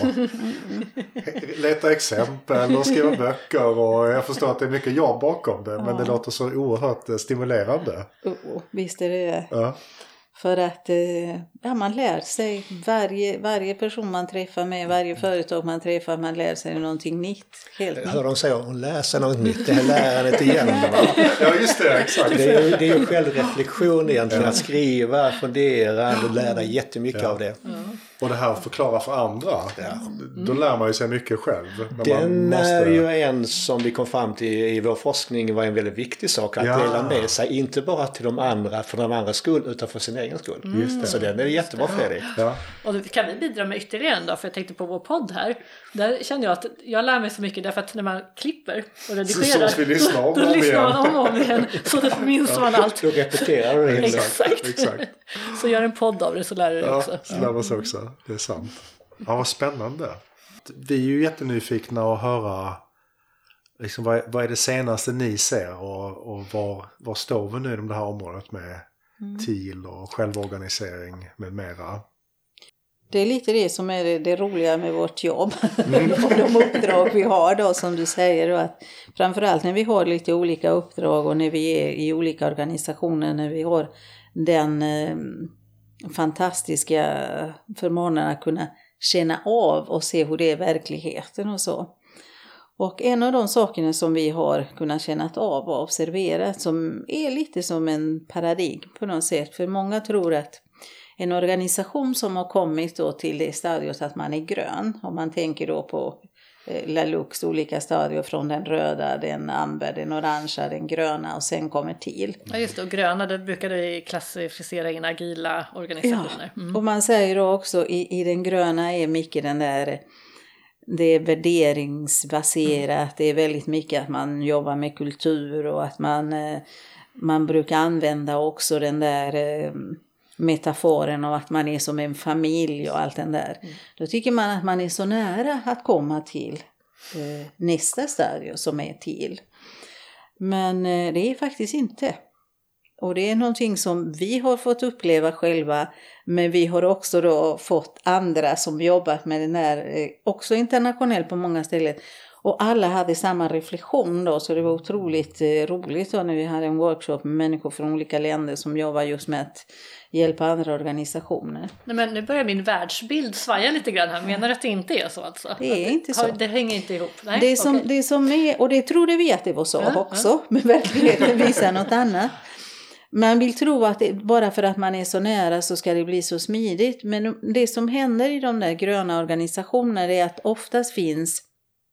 Leta exempel och skriva böcker, och jag förstår att det är mycket jobb bakom det, ja. Men det låter så oerhört stimulerande. Oh, visst är det. Ja. För att ja, man lär sig, varje, varje person man träffar med, varje företag man träffar, man lär sig någonting nytt. Helt nytt. Hör de säga, hon läser något nytt, det här lärandet igen. Ja, just det, exakt. Det är ju, det är ju självreflektion egentligen, att skriva, fundera och lära dig jättemycket ja. av det. Ja. Och det här förklara för andra, ja. Då lär man ju sig mycket själv. Den man måste... är ju en som vi kom fram till i vår forskning var en väldigt viktig sak. Att ja. dela med sig, inte bara till de andra för de andras skull utan för sin egen skull. Mm. Just det. Så den är jättebra Fredrik. Ja. Och då kan vi bidra med ytterligare en då, för jag tänkte på vår podd här. Där känner jag att jag lär mig så mycket därför att när man klipper och redigerar så, så vi lyssnar om då, då lyssnar man om och om igen. Så då minns ja. man allt. Då repeterar du det. Exakt. Exakt. Så gör en podd av det så lär du det ja, också. Så lär man sig också. Det är sant. Ja, vad spännande. Vi är ju jättenyfikna att höra liksom, vad, vad är det senaste ni ser och, och var, var står vi nu i det här området med mm. T I L och självorganisering med mera. Det är lite det som är det, det roliga med vårt jobb mm. och de uppdrag vi har då som du säger. Och att framförallt när vi har lite olika uppdrag och när vi är i olika organisationer, när vi har den eh, fantastiska förmånen att kunna känna av och se hur det är verkligheten och så. Och en av de sakerna som vi har kunnat känna av och observera som är lite som en paradigm på något sätt. För många tror att en organisation som har kommit då till det stadiet att man är grön, om man tänker då på eh, Lalux olika stadier från den röda, den amber, den orangea, den gröna och sen kommer till. Ja just det, och gröna det brukar det klassificera in agila organisationer. Ja, mm. och man säger då också i, i den gröna är mycket den där, det är värderingsbaserat, mm. det är väldigt mycket att man jobbar med kultur och att man, eh, man brukar använda också den där... Eh, metaforen av att man är som en familj och allt den där. Mm. Då tycker man att man är så nära att komma till eh, nästa stadie som är till. Men eh, det är faktiskt inte. Och det är någonting som vi har fått uppleva själva. Men vi har också då fått andra som jobbat med den här, eh, också internationellt på många ställen. Och alla hade samma reflektion då, så det var otroligt eh, roligt då när vi hade en workshop med människor från olika länder som jobbar just med att hjälpa andra organisationer. Nej, men nu börjar min världsbild svaja lite grann här. Menar du att det inte är så alltså? Det är inte så. Det hänger inte ihop? Nej? Det, som, okay. det som är, och det trodde vi att det var så ja, också, ja. Men verkligheten visar något annat. Man vill tro att det, bara för att man är så nära så ska det bli så smidigt. Men det som händer i de där gröna organisationerna är att oftast finns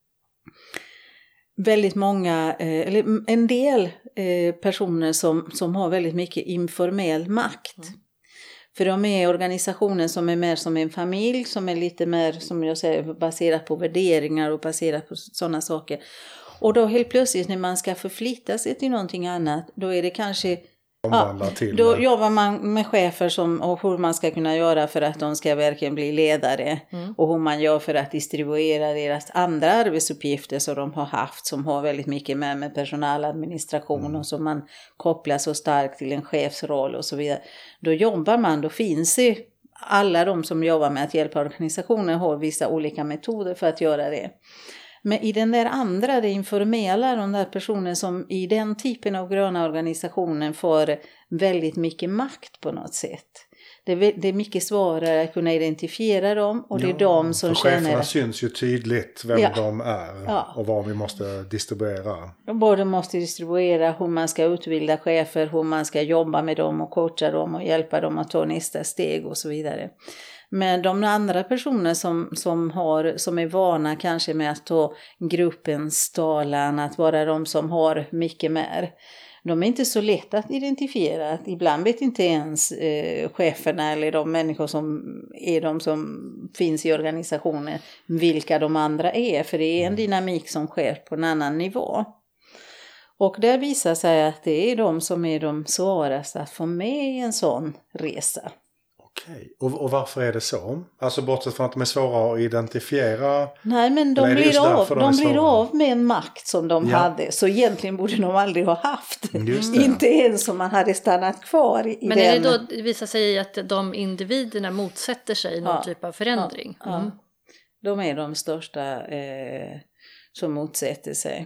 väldigt många, eller en del personer som, som har väldigt mycket informell makt. Mm. För de är organisationer som är mer som en familj, som är lite mer, som jag säger, baserat på värderingar och baserat på sådana saker. Och då helt plötsligt när man ska förflytta sig till någonting annat, då är det kanske... Ja, då jobbar man med chefer som, och hur man ska kunna göra för att de ska verkligen bli ledare. Mm. Och hur man gör för att distribuera deras andra arbetsuppgifter som de har haft. Som har väldigt mycket med, med personaladministration mm. och som man kopplar så starkt till en chefsroll och så vidare. Då jobbar man, då finns det alla de som jobbar med att hjälpa organisationer har vissa olika metoder för att göra det. Men i den där andra, det informella, de där personer som i den typen av gröna organisationer får väldigt mycket makt på något sätt. Det är, det är mycket svårare att kunna identifiera dem och det är ja, de som känner... Cheferna syns ju tydligt vem ja. de är ja. och vad vi måste distribuera. De både måste distribuera hur man ska utbilda chefer, hur man ska jobba med dem och coacha dem och hjälpa dem att ta nästa steg och så vidare. Men de andra personer som, som, har, som är vana kanske med att ta gruppens talan, att vara de som har mycket mer. De är inte så lätt att identifiera. Ibland vet inte ens eh, cheferna eller de människor som är de som finns i organisationen vilka de andra är. För det är en dynamik som sker på en annan nivå. Och där visar sig att det är de som är de svåraste att få med i en sån resa. Okej. Och, och varför är det så? Alltså bortsett från att de är svåra att identifiera. Nej, men de blir, av, de de blir av med en makt som de ja. hade. Så egentligen borde de aldrig ha haft. Inte ens om man hade stannat kvar i men den. Men är det då det visar sig att de individerna motsätter sig någon ja. typ av förändring? Ja. Mm. Ja. De är de största eh, som motsätter sig.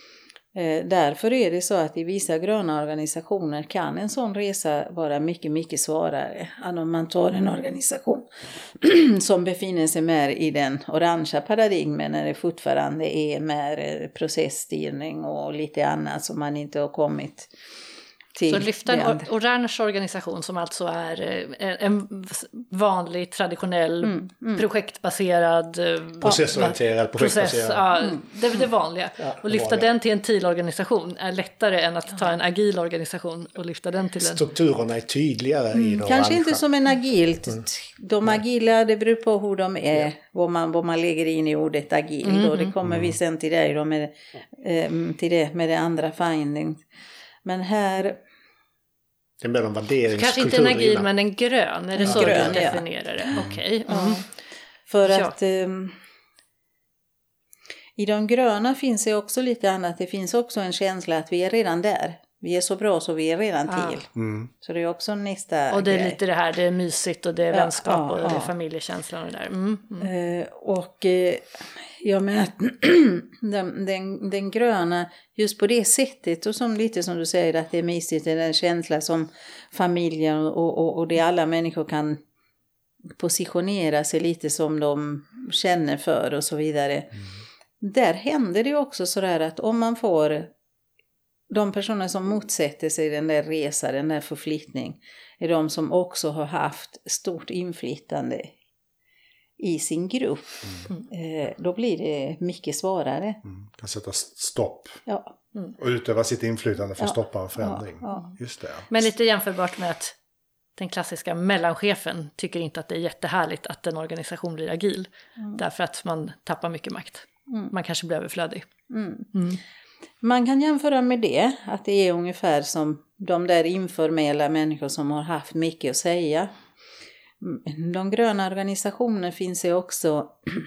Eh, därför är det så att i vissa gröna organisationer kan en sån resa vara mycket, mycket svårare än om man tar en organisation som befinner sig mer i den orangea paradigmen när det fortfarande är mer processstyrning och lite annat som man inte har kommit till så lyfta en det orange organisation som alltså är en vanlig, traditionell, mm, mm. projektbaserad, processorienterad, process, ja, mm. det är det vanliga. Ja, och lyfta vanliga. Den till en teal-organisation är lättare än att ta en agil organisation och lyfta den till en... Strukturerna är tydligare mm. i de Kanske orangea. Inte som en agilt. Mm. De agila, det beror på hur de är, ja. vad, man, vad man lägger in i ordet agil. Mm. Och det kommer mm. vi sen till det, då med, eh, till det med det andra finding. Men här... Det är mer en värderingskultur. Kanske inte en agil men en grön. Är det en så grön, du definierar det? Ja. Okej. Okay. Mm. Ja. För ja. att um, i de gröna finns det också lite annat. Det finns också en känsla att vi är redan där. Vi är så bra så vi är redan till. Ja. Mm. Så det är också nästa Och det är grej. Lite det här, det är mysigt och det är ja, vänskap ja, och ja. det är familjekänslan och det där. Mm. Mm. Uh, och... Uh, Ja, men den, den, den gröna, just på det sättet och som lite som du säger att det är mysigt, det är en känsla som familjen och, och, och det alla människor kan positionera sig lite som de känner för och så vidare. Mm. Där händer det också sådär att om man får de personer som motsätter sig den där resan, den där förflyttning, är de som också har haft stort inflytande i sin grupp, mm. eh, då blir det mycket svårare. Mm. Kan sätta stopp. Ja. Mm. Och utöva sitt inflytande för att ja. stoppa en förändring. Ja. Ja. Just det. Men lite jämförbart med att den klassiska mellanchefen tycker inte att det är jättehärligt att en organisation blir agil. Mm. Därför att man tappar mycket makt. Mm. Man kanske blir överflödig. Mm. Mm. Man kan jämföra med det, att det är ungefär som de där informella människor som har haft mycket att säga. De gröna organisationer finns ju också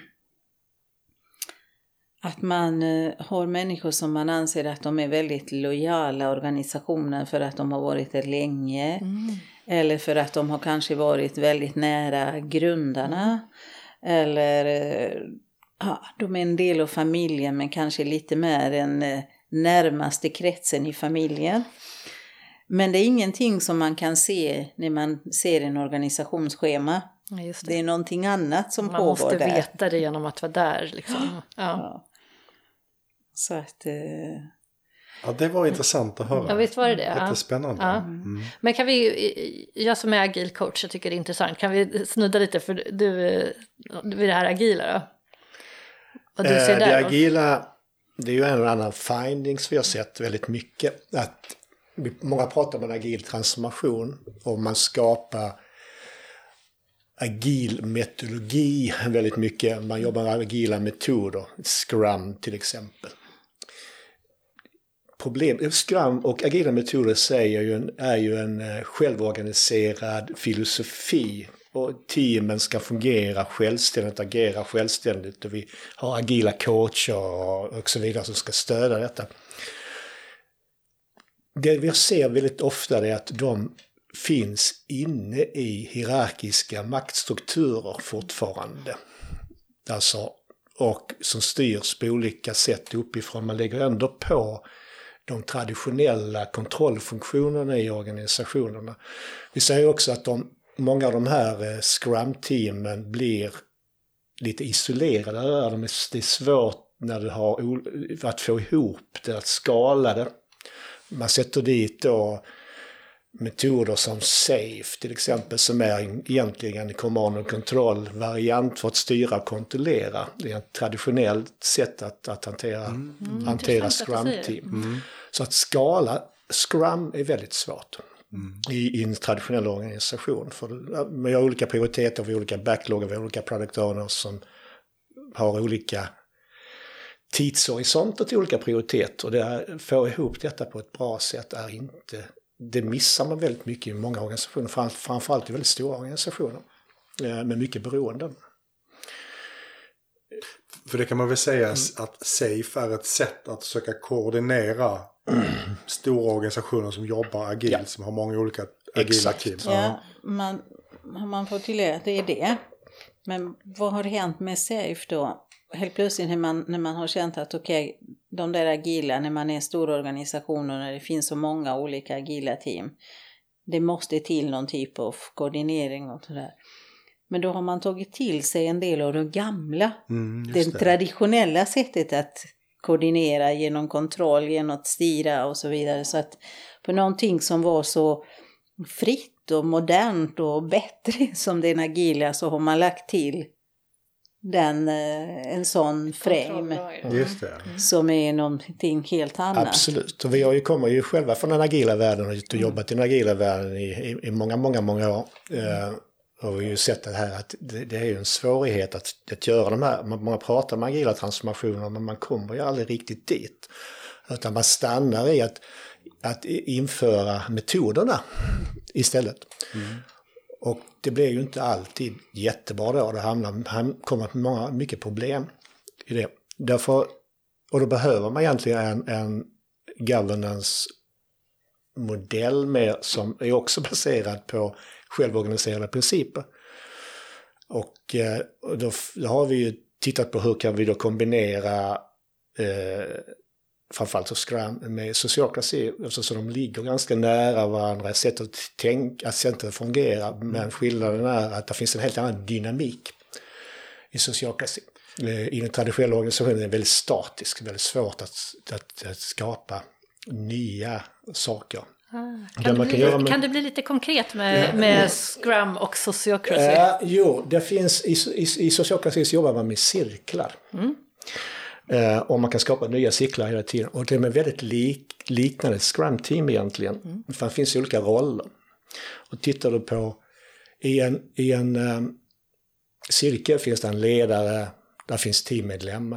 att man har människor som man anser att de är väldigt lojala organisationer för att de har varit där länge. Mm. Eller för att de har kanske varit väldigt nära grundarna. Eller ja, de är en del av familjen men kanske lite mer än närmaste kretsen i familjen. Men det är ingenting som man kan se när man ser en organisationsschema. Ja, just det. Det är någonting annat som man pågår där. Man måste veta det genom att vara där. Liksom. Ja. Ja. Så att... Eh... Ja, det var intressant att höra. Ja, visst var det det. Jättespännande. Ja. Mm. Men kan vi, jag som är agil coach, jag tycker det är intressant. Kan vi snudda lite för du, vid det här agila då? Vad du ser eh, där det agila, det är ju en annan findings vi har sett väldigt mycket. Att många pratar om en agil transformation och man skapar agil metodologi väldigt mycket. Man jobbar med agila metoder, Scrum till exempel. Problem, Scrum och agila metoder säger ju en, är ju en självorganiserad filosofi. Och teamen ska fungera självständigt, agera självständigt och vi har agila coacher och så vidare som ska stödja detta. Det vi ser väldigt ofta är att de finns inne i hierarkiska maktstrukturer fortfarande. Alltså, och som styrs på olika sätt uppifrån. Man lägger ändå på de traditionella kontrollfunktionerna i organisationerna. Vi säger också att de, många av de här Scrum-teamen blir lite isolerade. Det är svårt när du har att få ihop det, att skala det. Man sätter dit då metoder som SAFE till exempel som är egentligen en command and control variant för att styra och kontrollera. Det är ett traditionellt sätt att, att hantera, mm. hantera Scrum-team. Mm. Så att skala Scrum är väldigt svårt mm. i, i en traditionell organisation. För vi har olika prioriteter, vi har olika backloggar, vi har olika product owners som har olika tidshorisonter till olika prioriteter. Och det är, få ihop detta på ett bra sätt är inte... Det missar man väldigt mycket i många organisationer, framförallt i väldigt stora organisationer med mycket beroende. För det kan man väl säga mm. att SAFE är ett sätt att försöka koordinera mm. stora organisationer som jobbar agilt, ja. Som har många olika agila Exakt. Team. Ja, man, man får tillägga att det är det. Men vad har hänt med SAFE då? Helt plötsligt när man, när man har känt att okej, okay, de där agila, när man är stora organisationer, när det finns så många olika agila team, det måste till någon typ av koordinering och sådär. Men då har man tagit till sig en del av det gamla, mm, det, det traditionella sättet att koordinera, genom kontroll, genom att styra och så vidare. Så att på någonting som var så fritt och modernt och bättre som den agila, så har man lagt till den, en sån frame Just det. som är någonting helt annat. Absolut, och vi har ju, kommer ju själva från den agila världen och jobbat i den agila världen i, i, i många, många, många år. Eh, och vi har ju sett det här att det, det är ju en svårighet att, att göra de här, man, man pratar om agila transformationer men man kommer ju aldrig riktigt dit. Utan man stannar i att, att införa metoderna istället. Mm. Och det blir ju inte alltid jättebra då. Det hamnar, ham, kommer många, mycket problem i det. Därför, och då behöver man egentligen en, en governance-modell med, som är också baserad på självorganiserade principer. Och, och då, då har vi ju tittat på hur kan vi då kombinera eh, framförallt så Scrum med Sociocracy, så de ligger ganska nära varandra, sätt att tänka, att sättet fungerar, men skillnaden är att det finns en helt annan dynamik i Sociocracy. I den traditionella organisationen är det väldigt statisk, väldigt svårt att, att, att skapa nya saker. Ah, kan, det bli, kan, med, kan det bli lite konkret med, ja, med Scrum och Sociocracy? Äh, jo, det finns, i, i, i Sociocracy så jobbar man med cirklar. Mm. Uh, och man kan skapa nya cirklar hela tiden. Och det är med väldigt lik, liknande Scrum-team egentligen. Mm. För det finns olika roller. Och tittar du på i en, i en um, cirkel finns det en ledare, där finns teammedlemmar.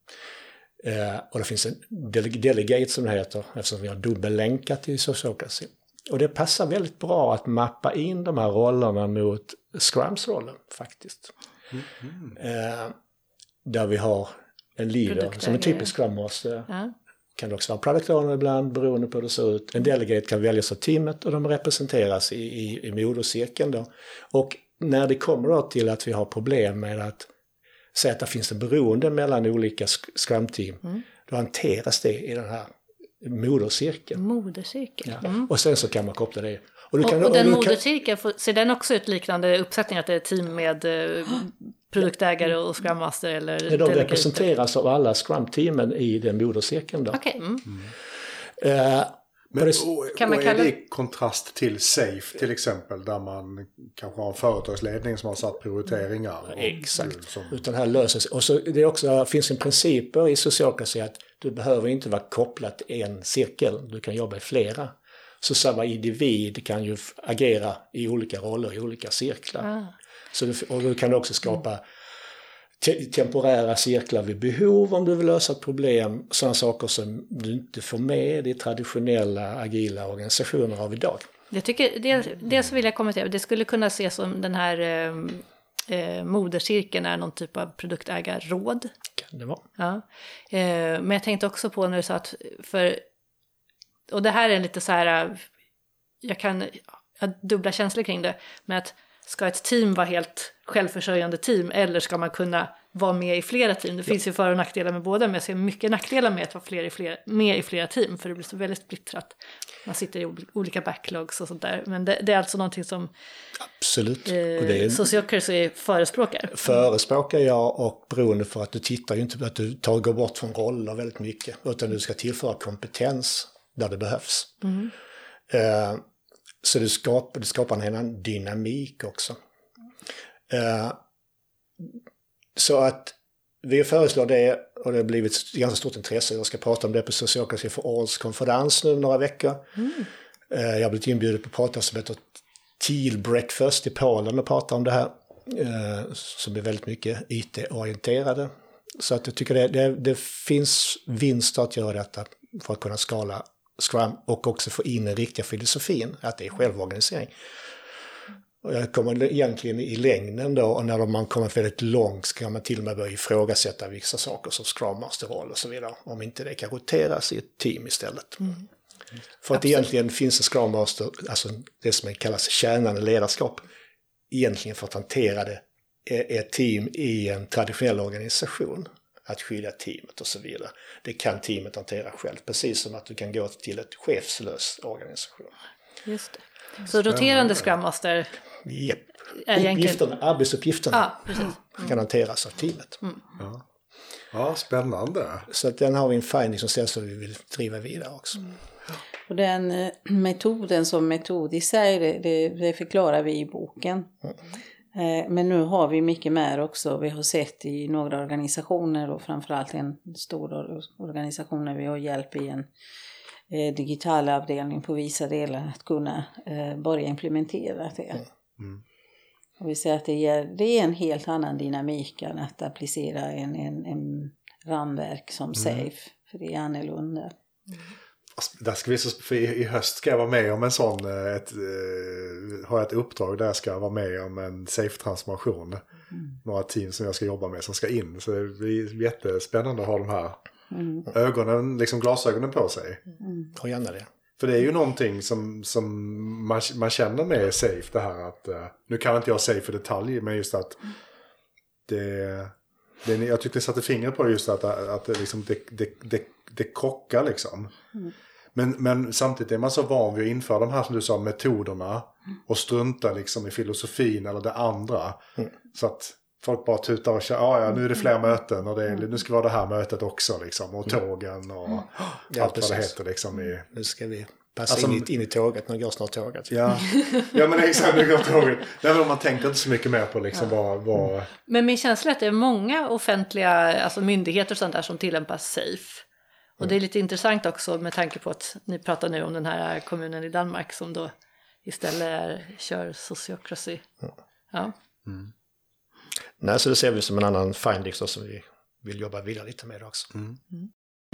Uh, och det finns en dele- delegate som det heter, eftersom vi har dubbellänkat i Sociocracy. Och det passar väldigt bra att mappa in de här rollerna mot Scrums rollen faktiskt. Mm. Uh, där vi har en leader som en typisk Scrum Master. Ja. Kan det också vara product owner ibland beroende på hur det ser ut. En delegate kan väljas av teamet och de representeras i, i, i modercirkeln då. Och när det kommer då till att vi har problem med att säga att det finns en beroende mellan olika Scrum-team, mm. då hanteras det i den här modercirkeln. Modercirkeln. Ja. Mm. Och sen så kan man koppla det. Och, och, kan, och den modercirkeln, kan... ser den också ut liknande uppsättning, att det är team med eh, produktägare och Scrum Master? Eller de delegater? Representeras av alla Scrum-teamen i den modercirkeln då. Okej. Okay. Mm. Mm. Uh, Men, och, kan man och kalla... är det kontrast till SAFE till exempel, där man kanske har en företagsledning som har satt prioriteringar? Och, exakt, som... utan här löser sig. Och så det är också, finns en principer i Sociocracy att du behöver inte vara kopplad till en cirkel, du kan jobba i flera. Så samma individ kan ju agera i olika roller i olika cirklar. Ah. Så du, och du kan också skapa mm. te- temporära cirklar vid behov om du vill lösa ett problem. Sådana saker som du inte får med i traditionella agila organisationer av idag. Jag tycker, det, det så vill jag kommentera. Det skulle kunna ses som den här eh, modercirkeln är någon typ av produktägarråd. Kan det vara. Ja. Eh, men jag tänkte också på när du sa att för... Och det här är lite så här, jag kan jag har dubbla känslor kring det, men att ska ett team vara helt självförsörjande team eller ska man kunna vara med i flera team? Det finns ja. ju för- och nackdelar med båda, men jag ser mycket nackdelar med att vara fler i flera, med i flera team, för det blir så väldigt splittrat. Man sitter i olika backlogs och sånt där, men det, det är alltså någonting som absolut. Eh, och det är, Sociocracy förespråkar. Förespråkar jag, och beroende för att du tittar ju inte på att du tar, går bort från roller väldigt mycket, utan du ska tillföra kompetens där det behövs. Mm. Uh, så det skapar, det skapar en annan dynamik också. Uh, så att vi föreslår det, och det har blivit ett ganska stort intresse. Jag ska prata om det på Sociocracy for Alls konferens nu några veckor. Mm. Uh, jag har blivit inbjuden på prata som heter Teal Breakfast i Polen och prata om det här. Uh, som är väldigt mycket I T-orienterade. Så att jag tycker det, det, det finns vinst att göra detta för att kunna skala Scrum och också få in den riktiga filosofin, att det är självorganisering. Och jag kommer egentligen i längden då, och när man kommer väldigt långt så kan man till och med börja ifrågasätta vissa saker som Scrum Master-roll och så vidare, om inte det kan roteras i ett team istället. Mm. För att Absolut. Egentligen finns en Scrum Master, alltså det som kallas tjänande ledarskap, egentligen för att hantera det är ett team i en traditionell organisation. Att skydda teamet och så vidare. Det kan teamet hantera själv. Precis som att du kan gå till ett chefslös organisation. Just det. Så roterande Scrum Master yep. är egentligen... Uppgifterna, arbetsuppgifterna ja, precis. Mm. kan hanteras av teamet. Mm. Ja. Ja, spännande. Så att den har vi en finding som sen så vi vill driva vidare också. Mm. Och den eh, metoden som metod i sig, det, det, det förklarar vi i boken. Mm. Eh, men nu har vi mycket mer också. Vi har sett i några organisationer och framförallt en stor organisation där vi har hjälp i en eh, digital avdelning på vissa delar att kunna eh, börja implementera det. Mm. Och vi ser att det är, det är en helt annan dynamik än att applicera en, en, en ramverk som mm. SAFE. För det är annorlunda. Mm. Där ska vi så, för i höst ska jag vara med om en sån, ett, eh, har jag ett uppdrag där jag ska vara med om en SAFE-transformation. Mm. Några team som jag ska jobba med som ska in. Så det blir jättespännande att ha de här mm. ögonen, liksom glasögonen på sig. Mm. Och gärna det. För det är ju någonting som, som man, man känner med SAFE, det här att, uh, nu kan inte jag SAFE för detalj, men just att det, det jag tyckte jag satte fingret på just att, att det, liksom, det, det, det, det krockar liksom. Mm. Men, men samtidigt är man så van vid att införa de här som du sa metoderna och strunta liksom i filosofin eller det andra. Mm. Så att folk bara tutar och kör, ja, ja nu är det fler möten och det är, nu ska vi ha det här mötet också liksom, och tågen och mm. ja, allt precis. Vad det heter liksom. I, nu ska vi passa alltså, in, i, in i tåget, när går snart tåget. Ja, ja men exakt, nu går tåget. Nej, men man tänker inte så mycket mer på liksom ja. vad, vad... Mm. Men min känsla är att det är många offentliga alltså myndigheter och sånt där som tillämpar SAFE. Och mm. det är lite intressant också med tanke på att ni pratar nu om den här kommunen i Danmark som då istället är, kör sociokracy. Mm. Ja. Mm. Nej, så det ser vi som en annan finding så som vi vill jobba vidare lite med också. Mm. Mm.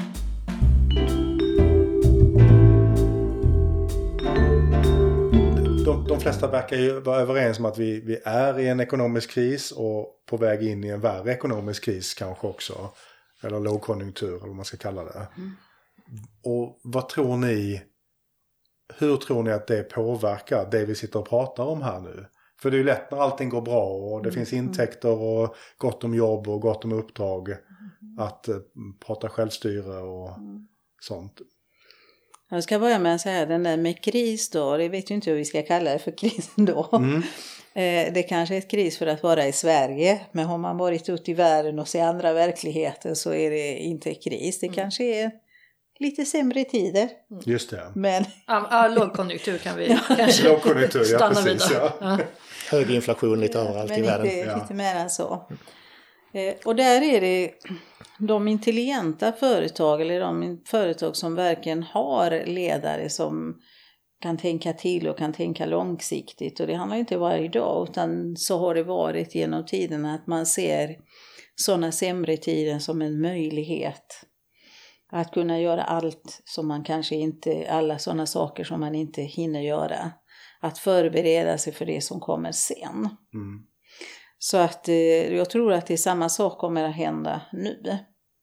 De, de flesta verkar ju vara överens om att vi, vi är i en ekonomisk kris och på väg in i en värre ekonomisk kris kanske också. Eller lågkonjunktur eller vad man ska kalla det. Mm. Och vad tror ni, hur tror ni att det påverkar det vi sitter och pratar om här nu? För det är ju lätt när allting går bra och det mm. finns intäkter och gott om jobb och gott om uppdrag mm. att uh, prata självstyre och mm. sånt. Jag ska börja med att säga den där med kris då, det vet ju inte hur vi ska kalla det för kris då. Mm. eh, det kanske är ett kris för att vara i Sverige, men har man varit ute i världen och se andra verkligheter så är det inte kris. Det mm. kanske är lite sämre tider. Mm. Just det. Men... Ja, ja, lågkonjunktur kan vi kanske lågkonjunktur, stanna ja, precis, vid. Ja. Ja. Hög inflation lite ja, överallt i världen. Lite, ja. lite mer än så. Eh, och där är det de intelligenta företag eller de företag som verkligen har ledare som kan tänka till och kan tänka långsiktigt. Och det handlar inte varje dag, utan så har det varit genom tiden att man ser sådana sämre tider som en möjlighet. Att kunna göra allt som man kanske inte, alla sådana saker som man inte hinner göra. Att förbereda sig för det som kommer sen. Mm. Så att eh, jag tror att det är samma sak kommer att hända nu.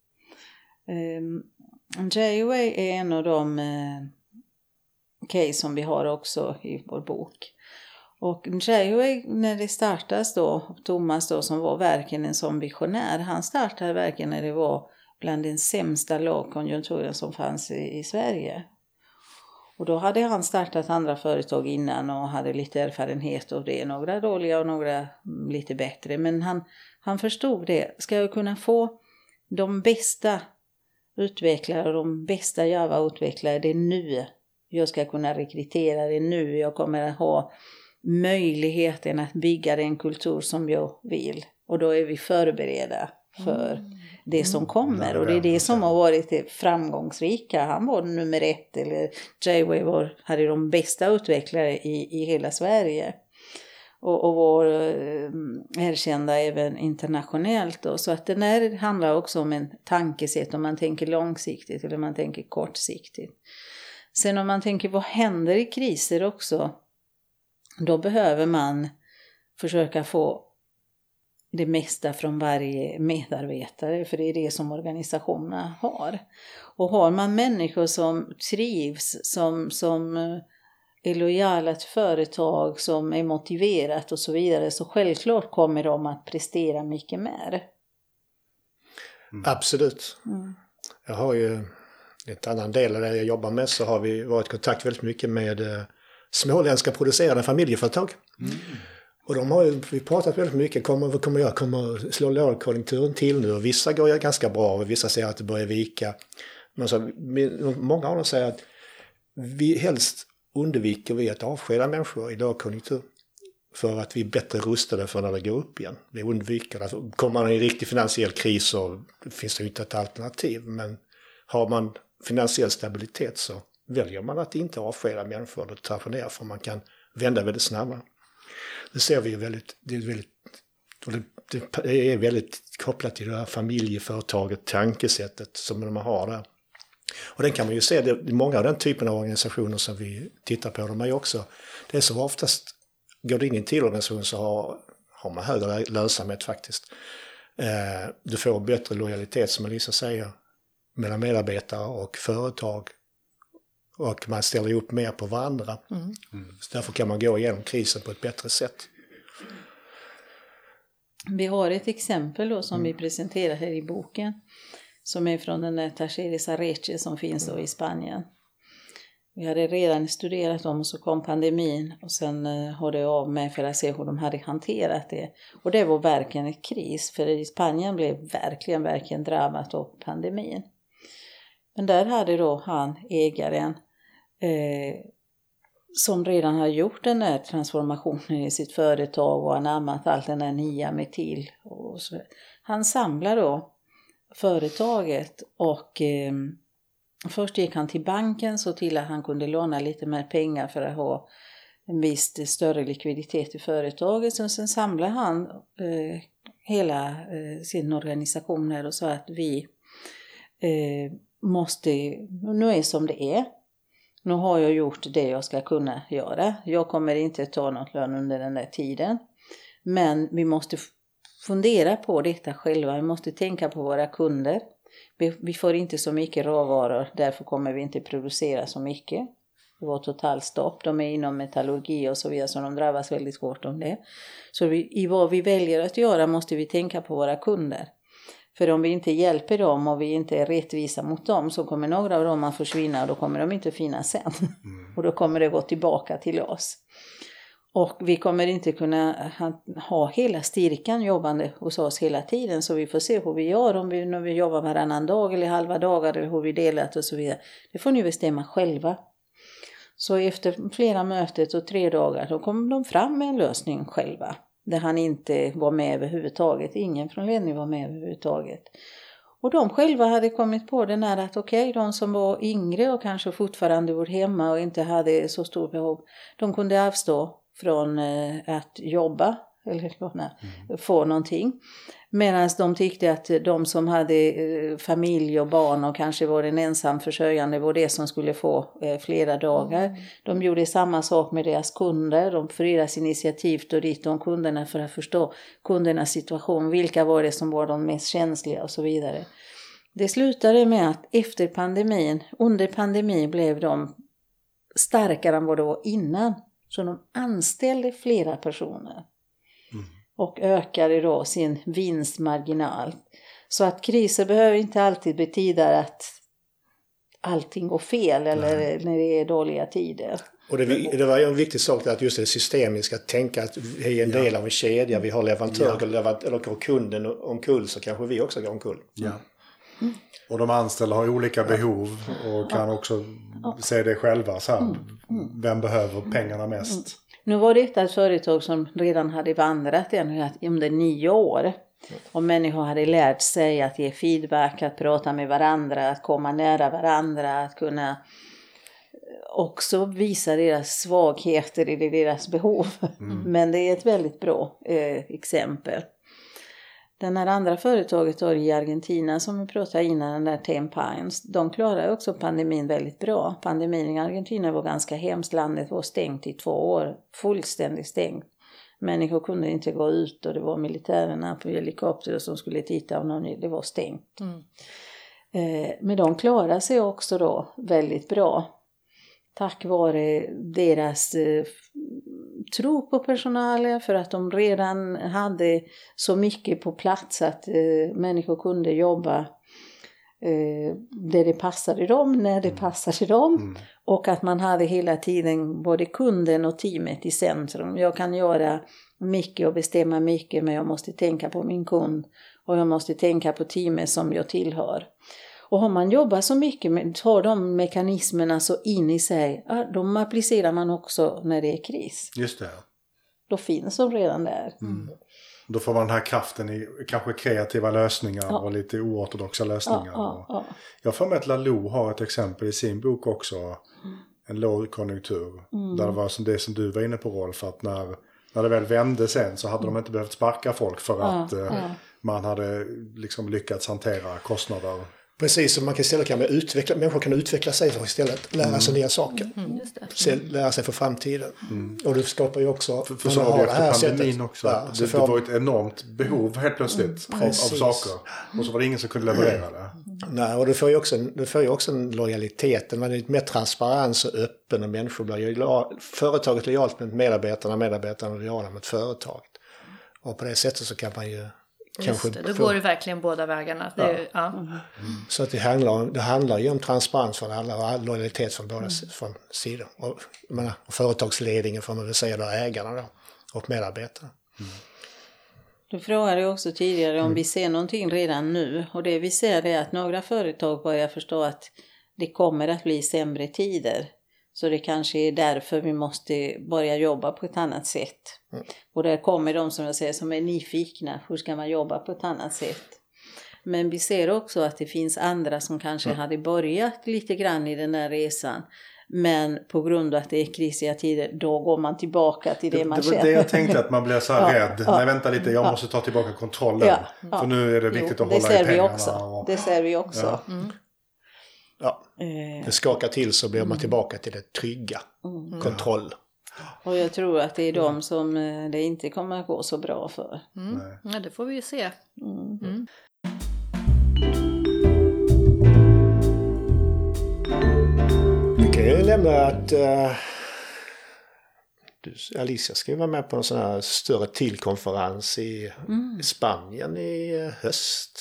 Um, J-Way är en av de eh, case som vi har också i vår bok. Och J-Way när det startas då, Thomas då som var verkligen en sån visionär. Han startade verkligen när det var bland den sämsta lågkonjunkturen som fanns i, i Sverige. Och då hade han startat andra företag innan och hade lite erfarenhet av det. Några dåliga och några lite bättre. Men han, han förstod det. Ska jag kunna få de bästa utvecklare och de bästa Java-utvecklare, det är nu jag ska kunna rekrytera, det är nu jag kommer att ha möjligheten att bygga den kultur som jag vill. Och då är vi förberedda för mm. det som kommer. Och det är det som har varit det framgångsrika. Han var nummer ett, eller J-Way var, hade de bästa utvecklare i, i hela Sverige. Och, och var eh, erkända även internationellt. Då. Så att den här handlar också om en tankesätt om man tänker långsiktigt eller man tänker kortsiktigt. Sen om man tänker vad händer i kriser också, då behöver man försöka få det mesta från varje medarbetare, för det är det som organisationerna har. Och har man människor som trivs, som, som är lojala till företag, som är motiverat och så vidare, så självklart kommer de att prestera mycket mer. Mm. Absolut. Mm. Jag har ju ett annan del där jag jobbar med, så har vi varit i kontakt väldigt mycket med småländska producerande familjeföretag. Mm. Och de har ju, vi pratat väldigt mycket, kommer, vad kommer jag, kommer slå lågkonjunkturen till nu? Och vissa går ju ganska bra och vissa säger att det börjar vika. Men så, många av dem säger att vi helst undviker vi att avskeda människor i lågkonjunktur. För att vi är bättre rustade för när det går upp igen. Vi undviker att kommer man i en riktig finansiell kris så finns det ju inte ett alternativ. Men har man finansiell stabilitet så väljer man att inte avskeda människor och trappa ner för man kan vända väldigt snabbare. Det ser vi ju väldigt, det är väldigt, det är väldigt kopplat till det här familjeföretaget, tankesättet som de har där. Och den kan man ju se, det, många av den typen av organisationer som vi tittar på, de är ju också, det är så oftast, går det in i en till organisation så har, har man högre lönsamhet faktiskt. Eh, du får bättre lojalitet som Melissa säger mellan medarbetare och företag. Och man ställer upp mer på varandra. Mm. Mm. Så därför kan man gå igenom krisen på ett bättre sätt. Vi har ett exempel då som mm. vi presenterar här i boken. Som är från den där Talleres Areche som finns då i Spanien. Vi hade redan studerat dem och så kom pandemin. Och sen uh, hörde jag av mig för att se hur de hade hanterat det. Och det var verkligen en kris. För i Spanien blev verkligen, verkligen drabbat av pandemin. Men där hade då han, ägaren, eh, som redan har gjort den här transformationen i sitt företag och anammat allt den där nya med till. Och så. Han samlar då företaget och eh, först gick han till banken så till att han kunde låna lite mer pengar för att ha en viss större likviditet i företaget. Så sen samlade han eh, hela eh, sin organisation här och sa att vi eh, måste, nu är som det är. Nu har jag gjort det jag ska kunna göra. Jag kommer inte ta något lön under den där tiden. Men vi måste fundera på detta själva. Vi måste tänka på våra kunder. Vi, vi får inte så mycket råvaror. Därför kommer vi inte producera så mycket. Det var totalt stopp. De är inom metallurgi och så vidare. Så de drabbas väldigt hårt om det. Så vi, i vad vi väljer att göra måste vi tänka på våra kunder. För om vi inte hjälper dem och vi inte är rättvisa mot dem så kommer några av dem att försvinna och då kommer de inte finnas sen. Mm. Och då kommer det gå tillbaka till oss. Och vi kommer inte kunna ha, ha hela styrkan jobbande hos oss hela tiden. Så vi får se hur vi gör om vi, när vi jobbar varannan dag eller halva dagar eller hur vi delat och så vidare. Det får ni bestämma själva. Så efter flera mötet och tre dagar då kom de fram med en lösning själva. Där han inte var med överhuvudtaget. Ingen från ledningen var med överhuvudtaget. Och de själva hade kommit på den här att okej, okay, de som var yngre och kanske fortfarande var hemma och inte hade så stor behov. De kunde avstå från eh, att jobba eller låna, mm. få någonting. Medan de tyckte att de som hade eh, familj och barn och kanske var en ensam försörjande var det som skulle få eh, flera dagar. Mm. De gjorde samma sak med deras kunder. De för deras initiativ tog dit de kunderna för att förstå kundernas situation. Vilka var det som var de mest känsliga och så vidare. Det slutade med att efter pandemin, under pandemin blev de starkare än vad det var innan. Så de anställde flera personer. Mm. Och ökade då sin vinstmarginal. Så att kriser behöver inte alltid betyda att allting går fel eller Nej. när det är dåliga tider. Och det, det var ju en viktig sak att just det systemiska, tänka att vi är en del av en kedja. Vi har leverantör ja. eller, eller går kunden omkull så kanske vi också går omkull. Ja. Mm. Och de anställda har olika behov och kan också ja. se det själva. Så här, mm. Mm. Vem behöver pengarna mest? Mm. Nu var det ett företag som redan hade vandrat under nio år. Och människor hade lärt sig att ge feedback, att prata med varandra, att komma nära varandra, att kunna också visa deras svagheter i deras behov. Mm. Men det är ett väldigt bra eh, exempel. Den här andra företaget då i Argentina som vi pratade innan, den där Ten Pines, de klarade också pandemin väldigt bra. Pandemin i Argentina var ganska hemskt, landet var stängt i två år, fullständigt stängt. Människor kunde inte gå ut och det var militärerna på helikopter som skulle titta om någon, det var stängt. Mm. Eh, men de klarade sig också då väldigt bra. Tack vare deras eh, tro på personalen, för att de redan hade så mycket på plats att eh, människor kunde jobba eh, där det passade dem, när det passade dem. Mm. Och att man hade hela tiden både kunden och teamet i centrum. Jag kan göra mycket och bestämma mycket, men jag måste tänka på min kund och jag måste tänka på teamet som jag tillhör. Och om man jobbar så mycket med, tar de mekanismerna så in i sig, de applicerar man också när det är kris. Just det. Då finns de redan där. Mm. Då får man den här kraften i kanske kreativa lösningar ja. och lite oortodoxa lösningar. Ja, ja, ja. Jag får med att Lalo har ett exempel i sin bok också. Mm. En lågkonjunktur. Mm. Där det var som det som du var inne på, Rolf, att när, när det väl vände sen så hade mm. de inte behövt sparka folk för ja, att eh, ja. man hade liksom lyckats hantera kostnader. Precis, som man kan istället kan utveckla, människor kan utveckla sig och istället lära sig mm. nya saker. Mm, just det. Mm. Lära sig för framtiden. Mm. Och det skapar ju också... För, för så var det efter pandemin sättet. Också. Ja, det, får... det var ett enormt behov helt plötsligt mm. av, av saker. Och så var det ingen som kunde leverera det. Mm. Nej, och det får ju också, det får ju också en lojalitet. Man är mer transparens och öppen och människor blir ju lojal, företaget lojalt med medarbetarna, medarbetarna lojala med företaget. Och på det sättet så kan man ju... Just det, då får... går det verkligen båda vägarna. Det är, ja. Ja. Mm. Så att det handlar, om, det handlar ju om transparens, för det handlar om lojalitet från båda mm. från sidor. Och, menar, och företagsledningen får man väl säga då, ägarna då, och medarbetarna. Mm. Du frågade också tidigare om mm. vi ser någonting redan nu. Och det vi ser är att några företag börjar förstå att det kommer att bli sämre tider. Så det kanske är därför vi måste börja jobba på ett annat sätt. Mm. Och där kommer de som jag säger som är nyfikna. Hur ska man jobba på ett annat sätt? Men vi ser också att det finns andra som kanske mm. hade börjat lite grann i den här resan. Men på grund av att det är krisiga tider, då går man tillbaka till det, det man känner. Det var det jag tänkte, att man blir så här ja, rädd. Ja, Nej, vänta lite, jag ja. måste ta tillbaka kontrollen. Ja, ja. För nu är det viktigt jo, att hålla i pengarna. Också. Och... Det ser vi också. Ja. Mm. Ja, det skakar till så blir man tillbaka till det trygga, mm. kontroll. Och jag tror att det är de som det inte kommer att gå så bra för. Mm. Ja, det får vi ju se. Mm. Mm. Vi kan ju nämna att uh, du, Alicia ska ju vara med på en sån här större tillkonferens i, mm. i Spanien i höst.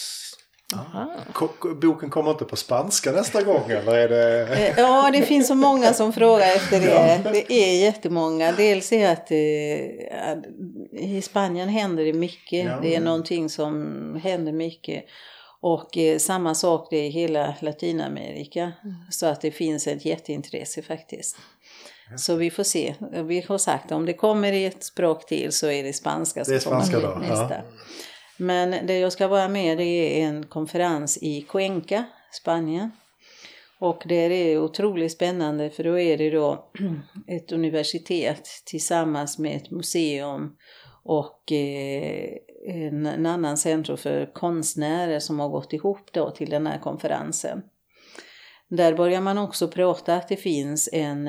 Aha. Boken kommer inte på spanska nästa gång, eller är det... Ja, det finns så många som frågar efter det. Det är jättemånga. Dels är att eh, i Spanien händer det mycket. Ja. Det är någonting som händer mycket. Och eh, samma sak det är i hela Latinamerika. Mm. Så att det finns ett jätteintresse faktiskt. Ja. Så vi får se. Vi har sagt om det kommer i ett språk till så är det spanska som det är spanska kommer då. nästa. Ja. Men det jag ska vara med det är en konferens i Cuenca, Spanien. Och det är otroligt spännande för då är det då ett universitet tillsammans med ett museum och en, en annan centrum för konstnärer som har gått ihop då till den här konferensen. Där börjar man också prata att det finns en,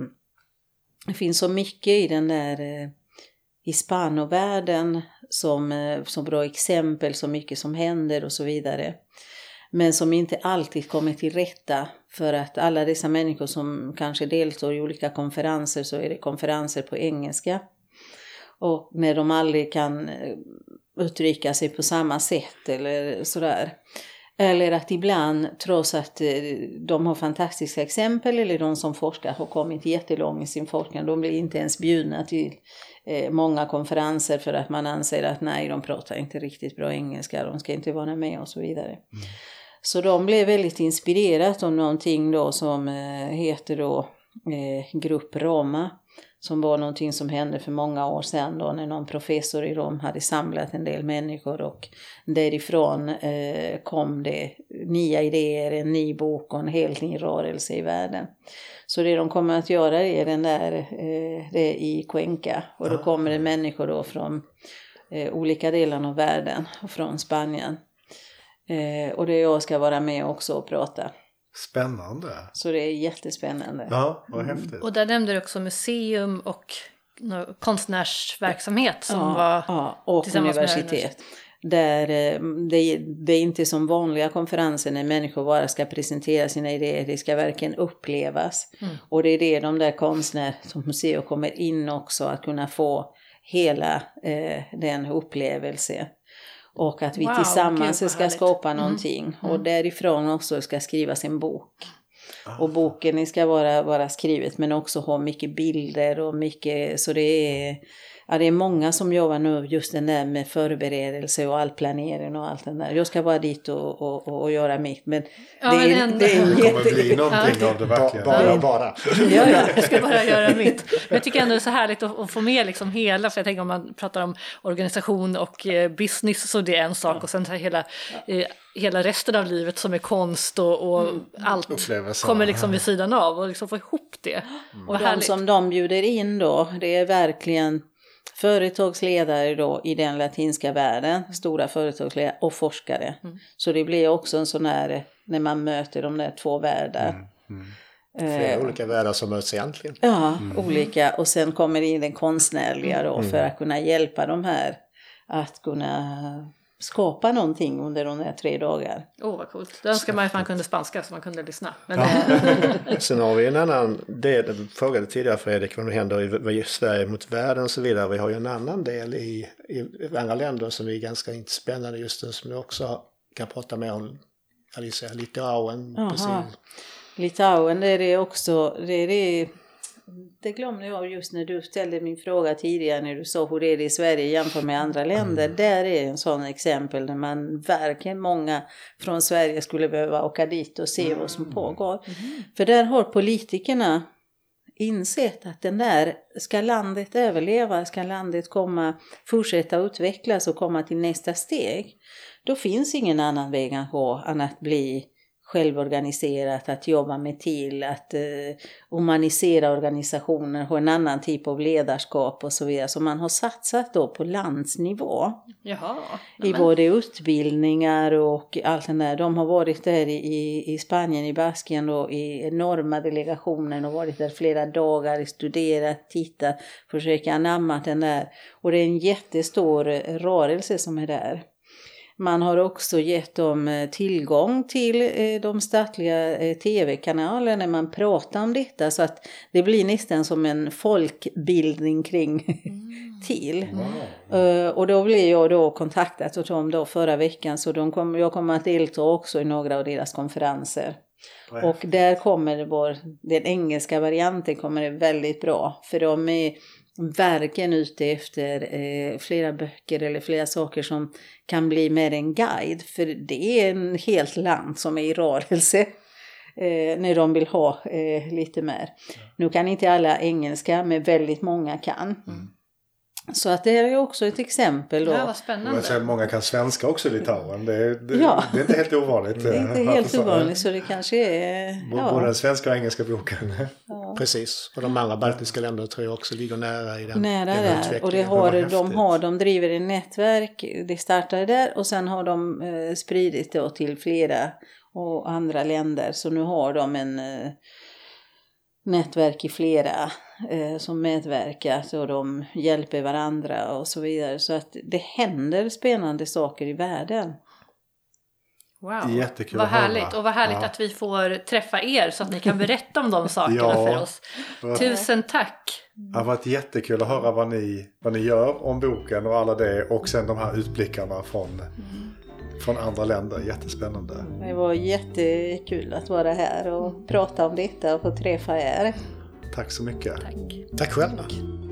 det finns så mycket i den där hispanovärlden som, som bra exempel, så mycket som händer och så vidare. Men som inte alltid kommer till rätta för att alla dessa människor som kanske deltar i olika konferenser så är det konferenser på engelska. Och när de aldrig kan uttrycka sig på samma sätt eller sådär. Eller att ibland, trots att de har fantastiska exempel eller de som forskar har kommit jättelångt i sin forskning, de blir inte ens bjudna till många konferenser för att man anser att nej, de pratar inte riktigt bra engelska, de ska inte vara med och så vidare. Mm. Så de blev väldigt inspirerat om någonting då som heter då eh, Grupp Roma, som var någonting som hände för många år sedan då när någon professor i Rom hade samlat en del människor och därifrån eh, kom det nya idéer, en ny bok och en helt ny rörelse i världen. Så det de kommer att göra är den där eh, det i Cuenca och då kommer det människor då från eh, olika delar av världen och från Spanien. Eh, och det jag ska vara med också och prata. Spännande. Så det är jättespännande. Ja, vad häftigt. Mm. Och där nämnde du också museum och konstnärsverksamhet som ja, var ja, och universitet. Där det, det är inte som vanliga konferenser när människor bara ska presentera sina idéer. Det ska verkligen upplevas. Mm. Och det är det de där konstnär som museum kommer in också att kunna få hela eh, den upplevelsen. Och att vi wow, tillsammans ska skapa någonting. Mm. Mm. Och därifrån också ska skrivas en bok. Ah. Och boken ska vara, vara skrivet men också ha mycket bilder och mycket. Så det är, ja, det är många som jobbar nu just den där med förberedelse och all planering och allt det där. Jag ska bara dit och, och, och, och göra mitt. Men ja, det, men är, ändå. det är Det kommer jätte... bli någonting Ja. av det verkligen. Bara, Ja. bara. Ja, ja. Jag ska bara göra mitt. Men jag tycker ändå det är så härligt att, att få med liksom hela, för jag tänker om man pratar om organisation och eh, business så det är en sak, och sen så här hela, eh, hela resten av livet som är konst och, och Mm. allt Upplevelser. kommer liksom vid sidan av och liksom få ihop det. Och De härligt. som de bjuder in då, det är verkligen företagsledare då i den latinska världen, stora företagsledare och forskare. Mm. Så det blir också en sån här, när man möter de där två världar. Mm. Flera Eh, olika världar som möts egentligen. ja, olika. Och sen kommer in den konstnärliga då, för att kunna hjälpa de här att kunna skapa någonting under de där tre dagar. Åh, vad coolt. Det önskar man att man kunde spanska så man kunde lyssna. Men, Sen har vi en annan del, du frågade tidigare Fredrik vad det händer i, i Sverige mot världen och så vidare. Vi har ju en annan del i, i andra länder som är ganska spännande just nu, som du också kan prata mer om, Alicia, Litauen. Jaha. Precis. Litauen, det är det också, det är det, det glömde jag just när du ställde min fråga tidigare, när du sa hur det är i Sverige jämfört med andra länder. Mm. Där är en sån exempel där man verkligen många från Sverige skulle behöva åka dit och se mm. vad som pågår. Mm. För där har politikerna insett att den där, ska landet överleva, ska landet komma, fortsätta utvecklas och komma till nästa steg, då finns ingen annan väg att gå än att bli självorganiserat, att jobba med till, att eh, humanisera organisationer, ha en annan typ av ledarskap och så vidare. Så man har satsat då på landsnivå. jaha. I både utbildningar och allt det där. De har varit där i, i Spanien, i Baskien då, i enorma delegationer och varit där flera dagar, studerat, tittat, försökt anamma den där. Och det är en jättestor rörelse som är där. Man har också gett dem tillgång till de statliga tv-kanaler när man pratar om detta, så att det blir nästan som en folkbildning kring mm. till. Wow. Och då blev jag då kontaktad av dem då förra veckan, så de kom, jag kommer att delta också i några av deras konferenser. Wow. Och där kommer det vår, den engelska varianten kommer det väldigt bra, för de är verkligen ute efter eh, flera böcker eller flera saker som kan bli mer en guide, för det är en helt land som är i rörelse eh, när de vill ha eh, lite mer. Ja. Nu kan inte alla engelska, men väldigt många kan. Mm. Så att det är också ett exempel då. Ja, vad spännande. Jag många kan svenska också i Litauen. Det, det, ja. det är inte helt ovanligt. Det är inte helt ovanligt, så det kanske är... Ja. Både den svenska och engelska boken. Ja. Precis. Och de andra baltiska länderna tror jag också ligger nära i den, nära den där. Och det har, de, har, de driver en nätverk. Det startade där och sen har de eh, spridit då till flera och andra länder. Så nu har de en... Eh, nätverk i flera eh, som medverkar, så de hjälper varandra och så vidare, så att det händer spännande saker i världen. Wow, jättekul vad att höra. härligt, och vad härligt ja. Att vi får träffa er så att ni kan berätta om de sakerna ja, för oss. Tusen tack! Det har varit jättekul att höra vad ni, vad ni gör om boken och alla det, och sen de här utblickarna från mm. från andra länder. Jättespännande. Det var jättekul att vara här och prata om detta och få träffa er. Tack så mycket. Tack. Tack själv.